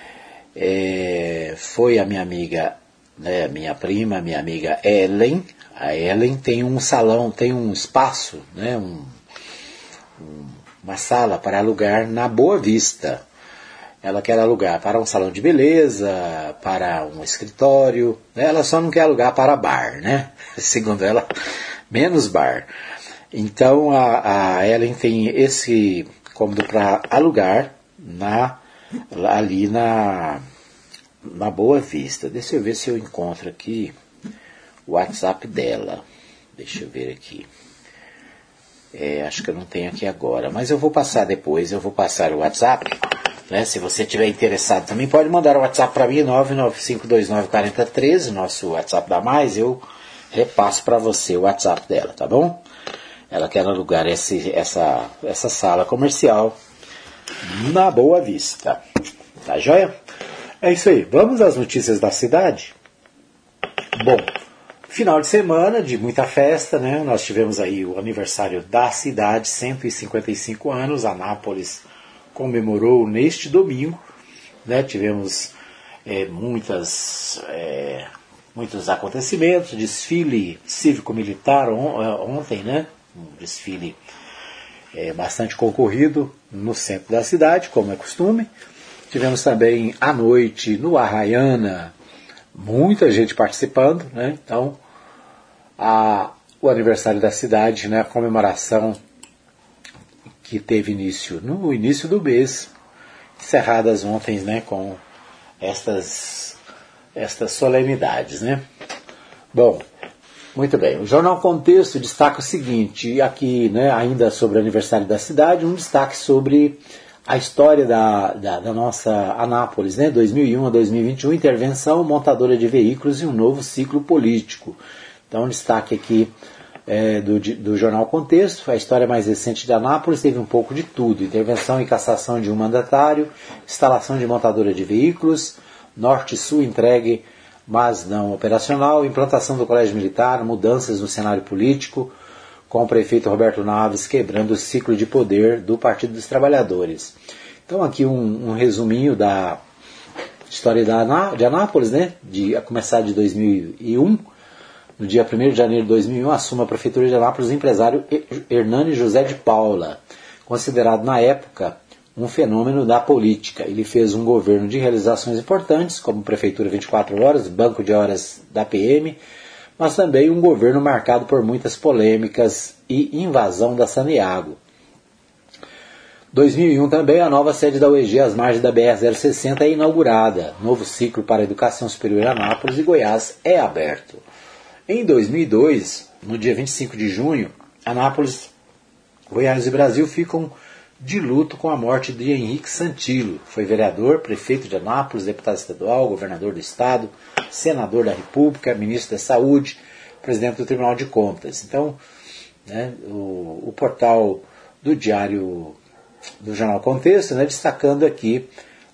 S2: foi a minha amiga, né, minha prima, minha amiga Ellen. A Ellen tem um salão, tem um espaço, né, uma sala para alugar na Boa Vista. Ela quer alugar para um salão de beleza, para um escritório, né? Ela só não quer alugar para bar, né? Segundo ela, menos bar. Então a Ellen tem esse cômodo para alugar ali na Boa Vista. Deixa eu ver se eu encontro aqui o WhatsApp dela. Deixa eu ver aqui. Acho que eu não tenho aqui agora, mas eu vou passar depois, eu vou passar o WhatsApp, né? Se você estiver interessado também pode mandar o WhatsApp para mim, 995294013, nosso WhatsApp da Mais, eu repasso para você o WhatsApp dela, tá bom? Ela quer alugar essa sala comercial na Boa Vista. Tá joia? É isso aí, vamos às notícias da cidade? Bom, final de semana de muita festa, né? Nós tivemos aí o aniversário da cidade, 155 anos, Anápolis comemorou neste domingo, né? Tivemos muitos acontecimentos, desfile cívico-militar ontem, né? Um desfile bastante concorrido no centro da cidade, como é costume. Tivemos também à noite no Arraiana, muita gente participando, né? Então, o aniversário da cidade, né? A comemoração que teve início no início do mês, encerradas ontem, né? Com estas solenidades, né? Bom, Muito bem. O Jornal Contexto destaca o seguinte, aqui, né, ainda sobre o aniversário da cidade, um destaque sobre a história da nossa Anápolis, né, 2001 a 2021, intervenção, montadora de veículos e um novo ciclo político. Então, um destaque aqui do Jornal Contexto, a história mais recente de Anápolis teve um pouco de tudo, intervenção e cassação de um mandatário, instalação de montadora de veículos, Norte-Sul entregue, mas não operacional, implantação do Colégio Militar, mudanças no cenário político, com o prefeito Roberto Naves quebrando o ciclo de poder do Partido dos Trabalhadores. Então aqui um resuminho da história de Anápolis, né? A começar de 2001, no dia 1º de janeiro de 2001, assume a prefeitura de Anápolis o empresário Hernani José de Paula, considerado na época um fenômeno da política. Ele fez um governo de realizações importantes, como Prefeitura 24 Horas, Banco de Horas da PM, mas também um governo marcado por muitas polêmicas e invasão da Saneago. 2001 também, a nova sede da UEG, às margens da BR-060, é inaugurada. Novo ciclo para a educação superior em Anápolis e Goiás é aberto. Em 2002, no dia 25 de junho, Anápolis, Goiás e Brasil ficam de luto com a morte de Henrique Santilo. Foi vereador, prefeito de Anápolis, deputado estadual, governador do estado, senador da República, ministro da Saúde, presidente do Tribunal de Contas. Então, né, o portal do Diário do Jornal Contexto, né, destacando aqui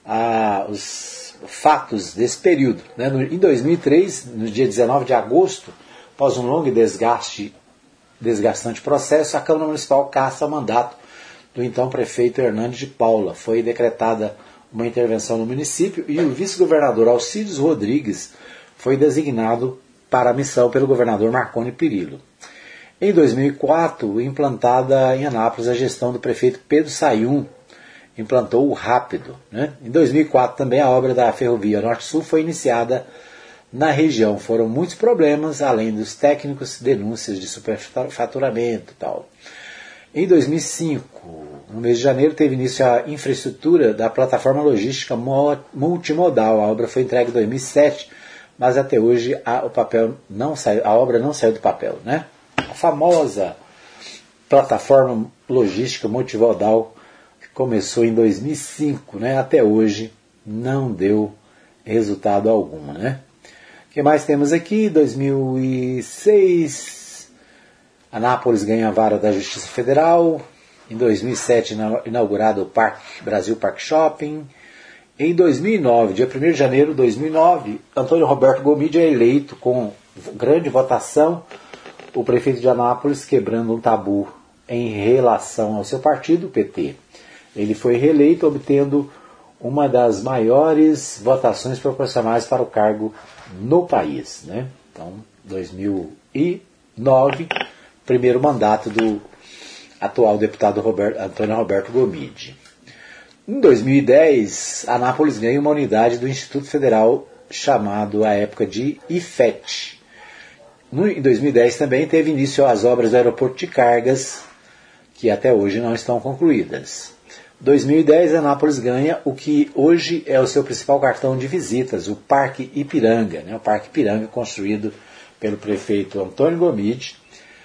S2: os fatos desse período. Né. Em 2003, no dia 19 de agosto, após um longo e desgastante processo, a Câmara Municipal caça o mandato do então prefeito Hernani de Paula. Foi decretada uma intervenção no município e o vice-governador Alcides Rodrigues foi designado para a missão pelo governador Marconi Perillo. Em 2004, implantada em Anápolis a gestão do prefeito Pedro Sayum, implantou o Rápido. Né? Em 2004 também a obra da Ferrovia Norte-Sul foi iniciada na região. Foram muitos problemas, além dos técnicos, denúncias de superfaturamento e tal. Em 2005, no mês de janeiro, teve início a infraestrutura da plataforma logística multimodal. A obra foi entregue em 2007, mas até hoje a obra não saiu do papel. Né? A famosa plataforma logística multimodal que começou em 2005, né? Até hoje não deu resultado algum. Né? O que mais temos aqui? 2006... Anápolis ganha a vara da Justiça Federal. Em 2007, inaugurado o Brasil Park Shopping. Em 2009, dia 1º de janeiro de 2009, Antônio Roberto Gomide é eleito com grande votação, o prefeito de Anápolis, quebrando um tabu em relação ao seu partido, o PT. Ele foi reeleito, obtendo uma das maiores votações proporcionais para o cargo no país. Né? Então, 2009... primeiro mandato do atual deputado Antônio Roberto Gomide. Em 2010, Anápolis ganha uma unidade do Instituto Federal chamado à época de IFET. Em 2010 também teve início as obras do aeroporto de cargas, que até hoje não estão concluídas. Em 2010, Anápolis ganha o que hoje é o seu principal cartão de visitas, o Parque Ipiranga. Né? O Parque Ipiranga, construído pelo prefeito Antônio Gomide,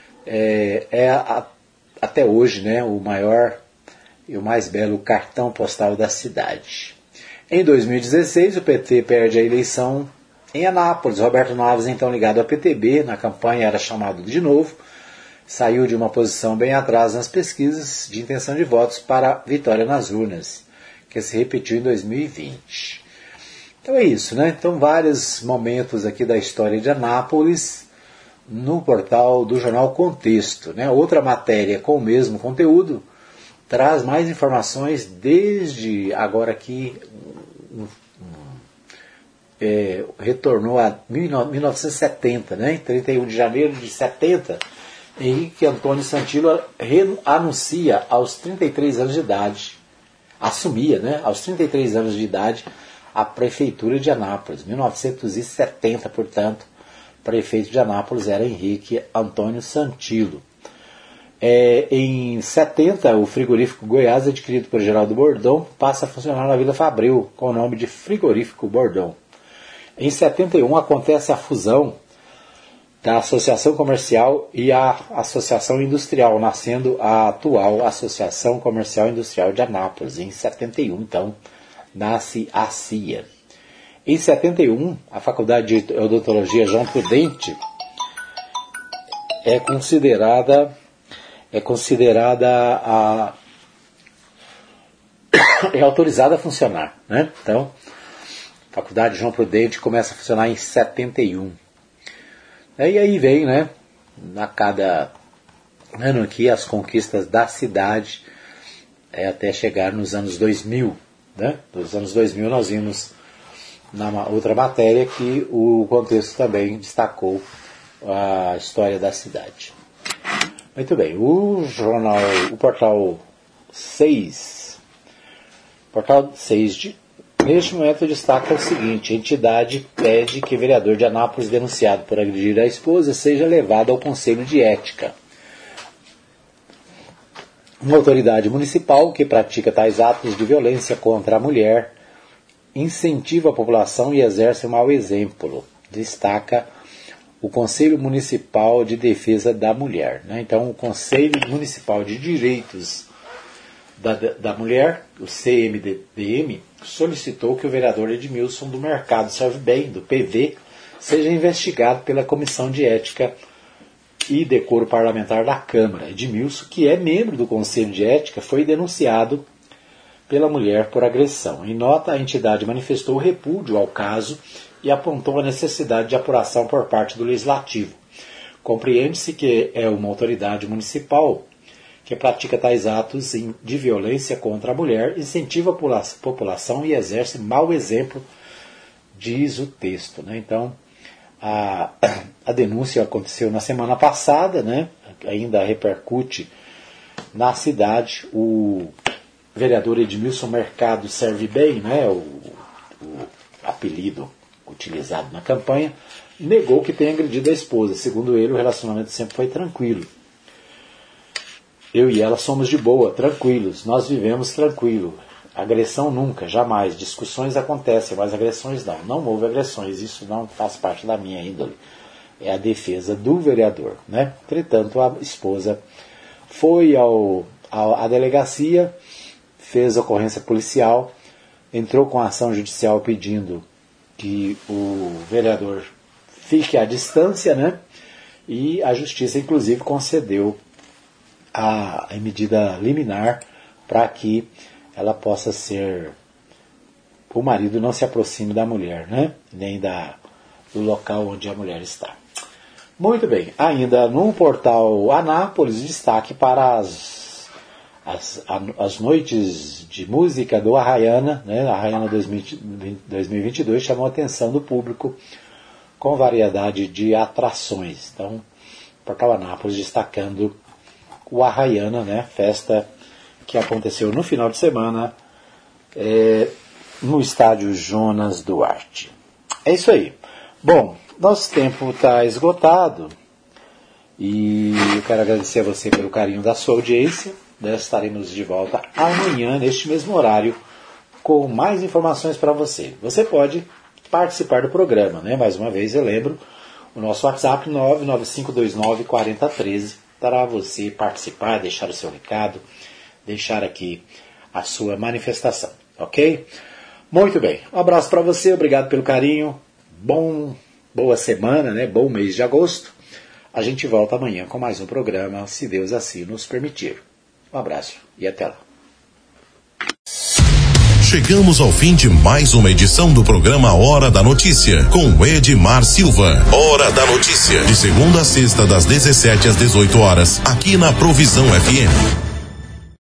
S2: até hoje, né, o maior e o mais belo cartão postal da cidade. Em 2016, o PT perde a eleição em Anápolis. Roberto Naves, então ligado ao PTB, na campanha era chamado de novo, saiu de uma posição bem atrás nas pesquisas de intenção de votos para a vitória nas urnas, que se repetiu em 2020. Então é isso, né? Então vários momentos aqui da história de Anápolis no portal do Jornal Contexto. Né? Outra matéria com o mesmo conteúdo traz mais informações desde agora que retornou a 1970, né? 31 de janeiro de 70, Henrique Antônio Santilo anuncia aos 33 anos de idade, assumia, né, aos 33 anos de idade, a Prefeitura de Anápolis. 1970, portanto, prefeito de Anápolis era Henrique Antônio Santilo. Em 70, o frigorífico Goiás, adquirido por Geraldo Bordão, passa a funcionar na Vila Fabril, com o nome de Frigorífico Bordão. Em 71, acontece a fusão da Associação Comercial e a Associação Industrial, nascendo a atual Associação Comercial e Industrial de Anápolis. Em 71, então, nasce a CIA. Em 71, a Faculdade de Odontologia João Prudente é autorizada a funcionar, né? Então, a Faculdade João Prudente começa a funcionar em 71. E aí vem, né, a cada ano aqui, as conquistas da cidade, até chegar nos anos 2000. Né? Dos anos 2000 nós vimos na outra matéria que o contexto também destacou a história da cidade. Muito bem, o portal 6 neste momento destaca o seguinte: a entidade pede que o vereador de Anápolis denunciado por agredir a esposa seja levado ao Conselho de Ética. Uma autoridade municipal que pratica tais atos de violência contra a mulher incentiva a população e exerce um mau exemplo, destaca o Conselho Municipal de Defesa da Mulher. Né? Então, o Conselho Municipal de Direitos da Mulher, o CMDM, solicitou que o vereador Edmilson do Mercado Serve Bem, do PV, seja investigado pela Comissão de Ética e Decoro Parlamentar da Câmara. Edmilson, que é membro do Conselho de Ética, foi denunciado pela mulher por agressão. Em nota, a entidade manifestou repúdio ao caso e apontou a necessidade de apuração por parte do Legislativo. Compreende-se que é uma autoridade municipal que pratica tais atos de violência contra a mulher, incentiva a população e exerce mau exemplo, diz o texto. Né? Então, a denúncia aconteceu na semana passada, né? Ainda repercute na cidade. O vereador Edmilson Mercado Serve Bem, né? o apelido utilizado na campanha, negou que tenha agredido a esposa. Segundo ele, o relacionamento sempre foi tranquilo. Eu e ela somos de boa, tranquilos, nós vivemos tranquilo. Agressão nunca, jamais. Discussões acontecem, mas agressões não. Não houve agressões, isso não faz parte da minha índole. É a defesa do vereador. Né? Entretanto, a esposa foi à delegacia, fez ocorrência policial, entrou com a ação judicial pedindo que o vereador fique à distância, né? E a justiça, inclusive, concedeu a medida liminar para que ela possa ser, o marido não se aproxime da mulher, né? Nem do local onde a mulher está. Muito bem, ainda no portal Anápolis, destaque para as noites de música do Arraiana, né? A Arraiana 2022 chamou a atenção do público com variedade de atrações. Então, portal Anápolis destacando o Arraiana, né? Festa que aconteceu no final de semana no estádio Jonas Duarte. É isso aí. Bom, nosso tempo está esgotado e eu quero agradecer a você pelo carinho da sua audiência. Estaremos de volta amanhã, neste mesmo horário, com mais informações para você. Você pode participar do programa, né? Mais uma vez eu lembro, o nosso WhatsApp 995294013 para você participar, deixar o seu recado, deixar aqui a sua manifestação, ok? Muito bem, um abraço para você, obrigado pelo carinho, boa semana, né? Bom mês de agosto. A gente volta amanhã com mais um programa, se Deus assim nos permitir. Um abraço e até lá.
S1: Chegamos ao fim de mais uma edição do programa Hora da Notícia, com Edmar Silva. Hora da Notícia, de segunda a sexta, das 17 às 18 horas, aqui na Provisão FM.